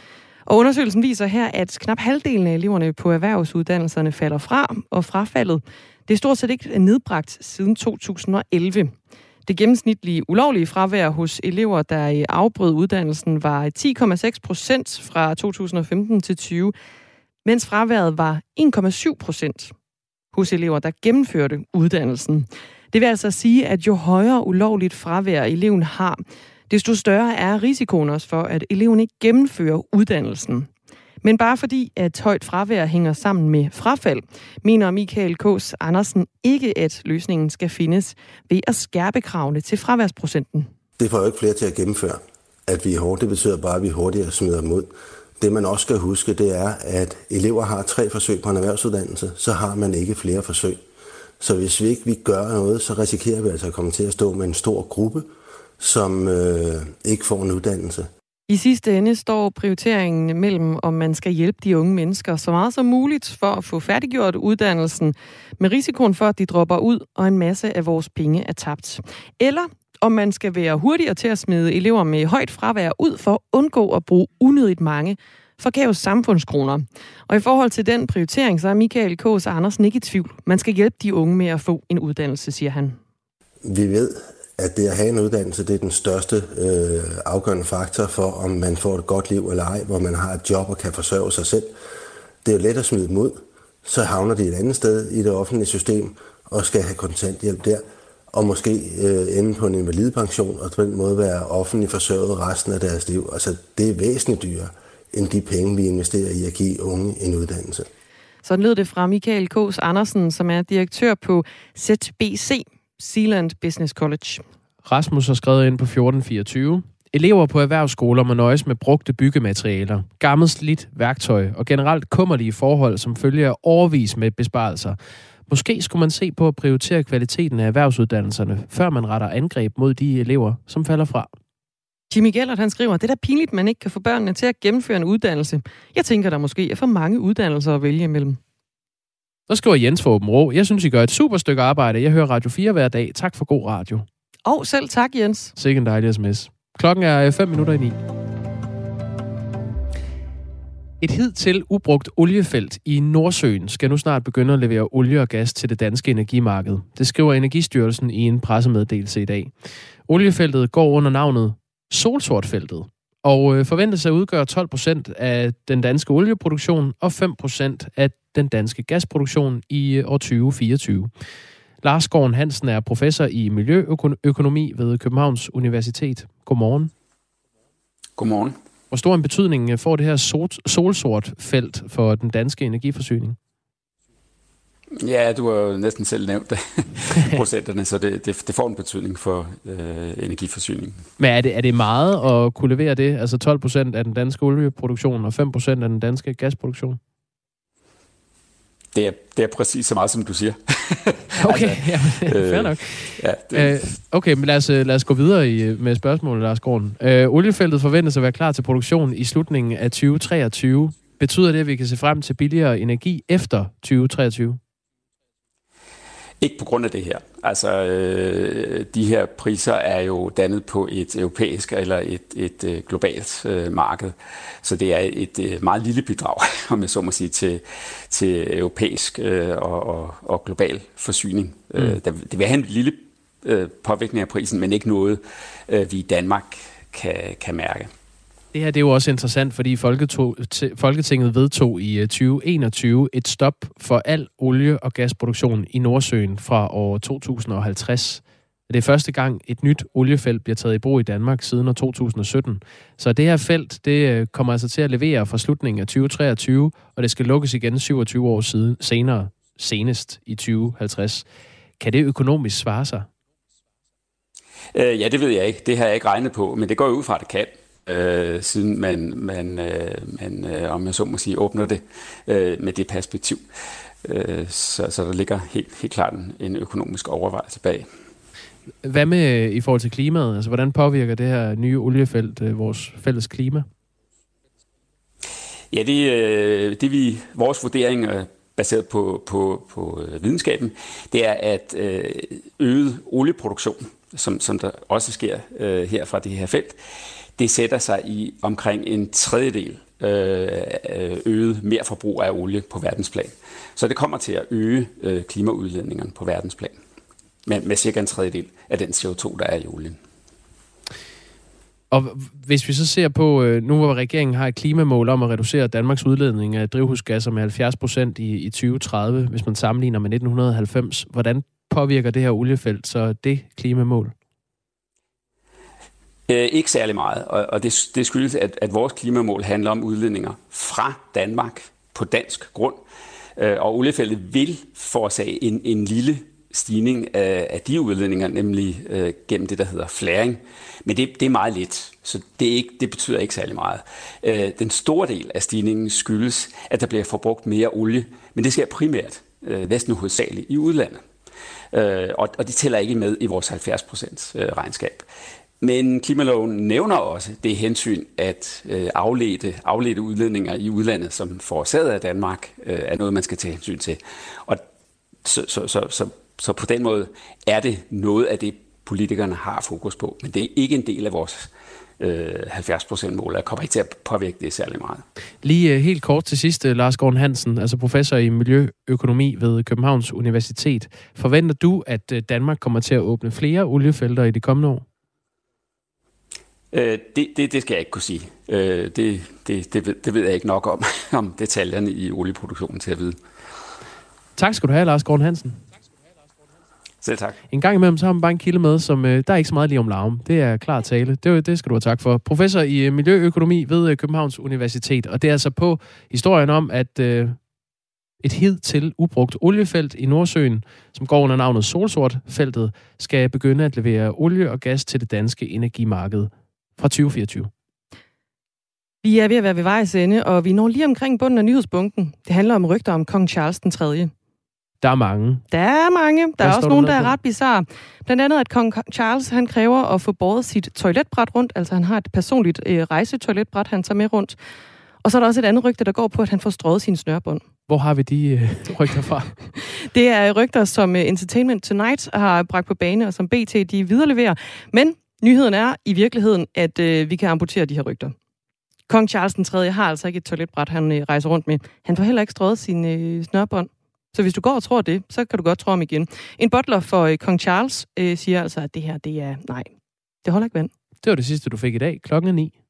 Og undersøgelsen viser her, at knap halvdelen af eleverne på erhvervsuddannelserne falder fra, og frafaldet det er stort set ikke nedbragt siden to tusind og elleve. Det gennemsnitlige ulovlige fravær hos elever, der afbrød uddannelsen, var ti komma seks procent fra to tusind og femten til tyve, mens fraværet var en komma syv procent hos elever, der gennemførte uddannelsen. Det vil altså sige, at jo højere ulovligt fravær eleven har, desto større er risikoen også for, at eleven ikke gennemfører uddannelsen. Men bare fordi, at højt fravær hænger sammen med frafald, mener Michael Kaas Andersen ikke, at løsningen skal findes ved at skærpe kravene til fraværsprocenten. Det får jo ikke flere til at gennemføre, at vi er hårde. Det betyder bare, at vi hurtigere smider dem ud. Det man også skal huske, det er, at elever har tre forsøg på en erhvervsuddannelse, så har man ikke flere forsøg. Så hvis vi ikke vi gør noget, så risikerer vi altså at komme til at stå med en stor gruppe, som øh, ikke får en uddannelse. I sidste ende står prioriteringen mellem, om man skal hjælpe de unge mennesker så meget som muligt for at få færdiggjort uddannelsen, med risikoen for, at de dropper ud, og en masse af vores penge er tabt. Eller om man skal være hurtigere til at smide elever med højt fravær ud for at undgå at bruge unødigt mange forgæves samfundskroner. Og i forhold til den prioritering, så er Michael Kaas Andersen ikke i tvivl. Man skal hjælpe de unge med at få en uddannelse, siger han. Vi ved, at det at have en uddannelse, det er den største øh, afgørende faktor for, om man får et godt liv eller ej, hvor man har et job og kan forsørge sig selv. Det er jo let at smide dem ud, så havner de et andet sted i det offentlige system og skal have kontanthjælp der, og måske øh, ende på en invalidepension og på den måde være offentligt forsørget resten af deres liv. Altså, det er væsentligt dyrere end de penge, vi investerer i at give unge en uddannelse. Sådan lød det fra Michael Kaas Andersen, som er direktør på Z B C, Zealand Business College. Rasmus har skrevet ind på fjorten fireogtyve. Elever på erhvervsskoler må nøjes med brugte byggematerialer, gammelt slidt værktøj og generelt kummerlige forhold, som følger overvis med besparelser. Måske skulle man se på at prioritere kvaliteten af erhvervsuddannelserne, før man retter angreb mod de elever, som falder fra. Jimmy Gellert, han skriver, det er da pinligt, man ikke kan få børnene til at gennemføre en uddannelse. Jeg tænker, der måske er for mange uddannelser at vælge imellem. Så skriver Jens for Åben Rå. Jeg synes, I gør et super stykke arbejde. Jeg hører Radio fire hver dag. Tak for god radio. Og selv tak, Jens. Sikke en dejlig sms. Klokken er fem minutter i ni. Et hidtil ubrugt oliefelt i Nordsøen skal nu snart begynde at levere olie og gas til det danske energimarked. Det skriver Energistyrelsen i en pressemeddelelse i dag. Oliefeltet går under navnet Solsortfeltet, og øh, forventes at udgøre tolv procent af den danske olieproduktion og fem procent af den danske gasproduktion i øh, år tyve fireogtyve. Lars Gården Hansen er professor i miljøøkonomi ved Københavns Universitet. Godmorgen. Godmorgen. Hvor stor en betydning får det her solsort felt for den danske energiforsyning? Ja, du har jo næsten selv nævnt det, procenterne, så det, det, det får en betydning for øh, energiforsyningen. Men er det, er det meget at kunne levere det? Altså tolv procent af den danske olieproduktion og fem procent af den danske gasproduktion? Det er, det er præcis så meget, som du siger. Okay, altså, jamen, øh, fair nok. Ja, det... øh, okay, men lad os, lad os gå videre i, med spørgsmålet, Lars Gården. Øh, oliefeltet forventes at være klar til produktion i slutningen af tyve treogtyve. Betyder det, at vi kan se frem til billigere energi efter tyve treogtyve? Ikke på grund af det her. Altså, øh, de her priser er jo dannet på et europæisk eller et, et, et globalt øh, marked. Så det er et øh, meget lille bidrag, om jeg så må sige, til, til europæisk øh, og, og, og global forsyning. Mm. Øh, det vil have en lille øh, påvirkning af prisen, men ikke noget, øh, vi i Danmark kan, kan mærke. Det her det er jo også interessant, fordi Folketinget vedtog i tyve enogtyve et stop for al olie- og gasproduktion i Nordsøen fra år to tusind og halvtreds. Det er første gang et nyt oliefelt bliver taget i brug i Danmark siden år to tusind og sytten. Så det her felt det kommer altså til at levere fra slutningen af tyve treogtyve, og det skal lukkes igen syvogtyve år siden, senere, senest i tyve halvtreds. Kan det økonomisk svare sig? Øh, ja, det ved jeg ikke. Det har jeg ikke regnet på, men det går jo ud fra, at det kan. Øh, siden man, man, øh, man øh, om jeg så må sige, åbner det øh, med det perspektiv. Øh, så, så der ligger helt, helt klart en, en økonomisk overvejelse bag. Hvad med i forhold til klimaet? Altså, hvordan påvirker det her nye oliefelt øh, vores fælles klima? Ja, det, øh, det vi, vores vurdering er baseret på, på, på videnskaben, det er, at øh, øget olieproduktion, som, som der også sker øh, her fra det her felt, det sætter sig i omkring en tredjedel øget merforbrug af olie på verdensplan. Så det kommer til at øge klimaudledningerne på verdensplan med, med cirka en tredjedel af den C O to, der er i olien. Og hvis vi så ser på, nu hvor regeringen har et klimamål om at reducere Danmarks udledning af drivhusgasser med halvfjerds procent i, i tyve tredive, hvis man sammenligner med nitten halvfems, hvordan påvirker det her oliefelt så det klimamål? Øh, ikke særlig meget, og, og det, det skyldes, at, at vores klimamål handler om udledninger fra Danmark på dansk grund, øh, og oliefeltet vil forårsage en, en lille stigning af, af de udledninger, nemlig øh, gennem det, der hedder flaring. Men det, det er meget lidt, så det, er ikke, det betyder ikke særlig meget. Øh, den store del af stigningen skyldes, at der bliver forbrugt mere olie, men det sker primært, øh, næsten hovedsageligt, i udlandet. Øh, og, og det tæller ikke med i vores halvfjerds procent øh, regnskab. Men klimaloven nævner også det hensyn, at øh, afledte, afledte udledninger i udlandet, som forårsaget af Danmark, øh, er noget, man skal tage hensyn til. Og så, så, så, så, så på den måde er det noget af det, politikerne har fokus på. Men det er ikke en del af vores øh, halvfjerds procent mål. Jeg kommer ikke til at påvirke det særlig meget. Lige øh, helt kort til sidst, Lars Gården Hansen, altså professor i miljøøkonomi ved Københavns Universitet. Forventer du, at øh, Danmark kommer til at åbne flere oliefelter i de kommende år? Øh, det, det, det skal jeg ikke kunne sige. Øh, det, det, det, ved, det ved jeg ikke nok om, om detaljerne i olieproduktionen til at vide. Tak skal du have, Lars Gården Hansen. Selv tak. En gang imellem så har man bare en kilde med, som øh, der er ikke så meget lige om larm. Det er klar tale. Det, det skal du have tak for. Professor i øh, miljøøkonomi ved øh, Københavns Universitet. Og det er altså på historien om, at øh, et hidtil ubrugt oliefelt i Nordsøen, som går under navnet Solsortfeltet, skal begynde at levere olie og gas til det danske energimarked fra tyve fireogtyve. Vi er ved at være ved vejs ende, og vi når lige omkring bunden af nyhedsbunken. Det handler om rygter om kong Charles den tredje. Der er mange. Der er mange. Der Hvad er også nogen, der er på? ret bizarre. Blandt andet, at kong Charles han kræver at få båret sit toiletbræt rundt. Altså han har et personligt øh, rejsetoiletbræt, han tager med rundt. Og så er der også et andet rygte, der går på, at han får strøget sine snørbånd. Hvor har vi de øh, rygter fra? Det er rygter, som Entertainment Tonight har bragt på bane, og som B T de videreleverer. Men nyheden er i virkeligheden, at øh, vi kan amputere de her rygter. Kong Charles den tredje har altså ikke et toiletbræt, han øh, rejser rundt med. Han får heller ikke strøget sine øh, snørbånd. Så hvis du går og tror det, så kan du godt tro om igen. En butler for øh, kong Charles øh, siger altså, at det her, det er nej. Det holder ikke vand. Det var det sidste, du fik i dag. Klokken er ni.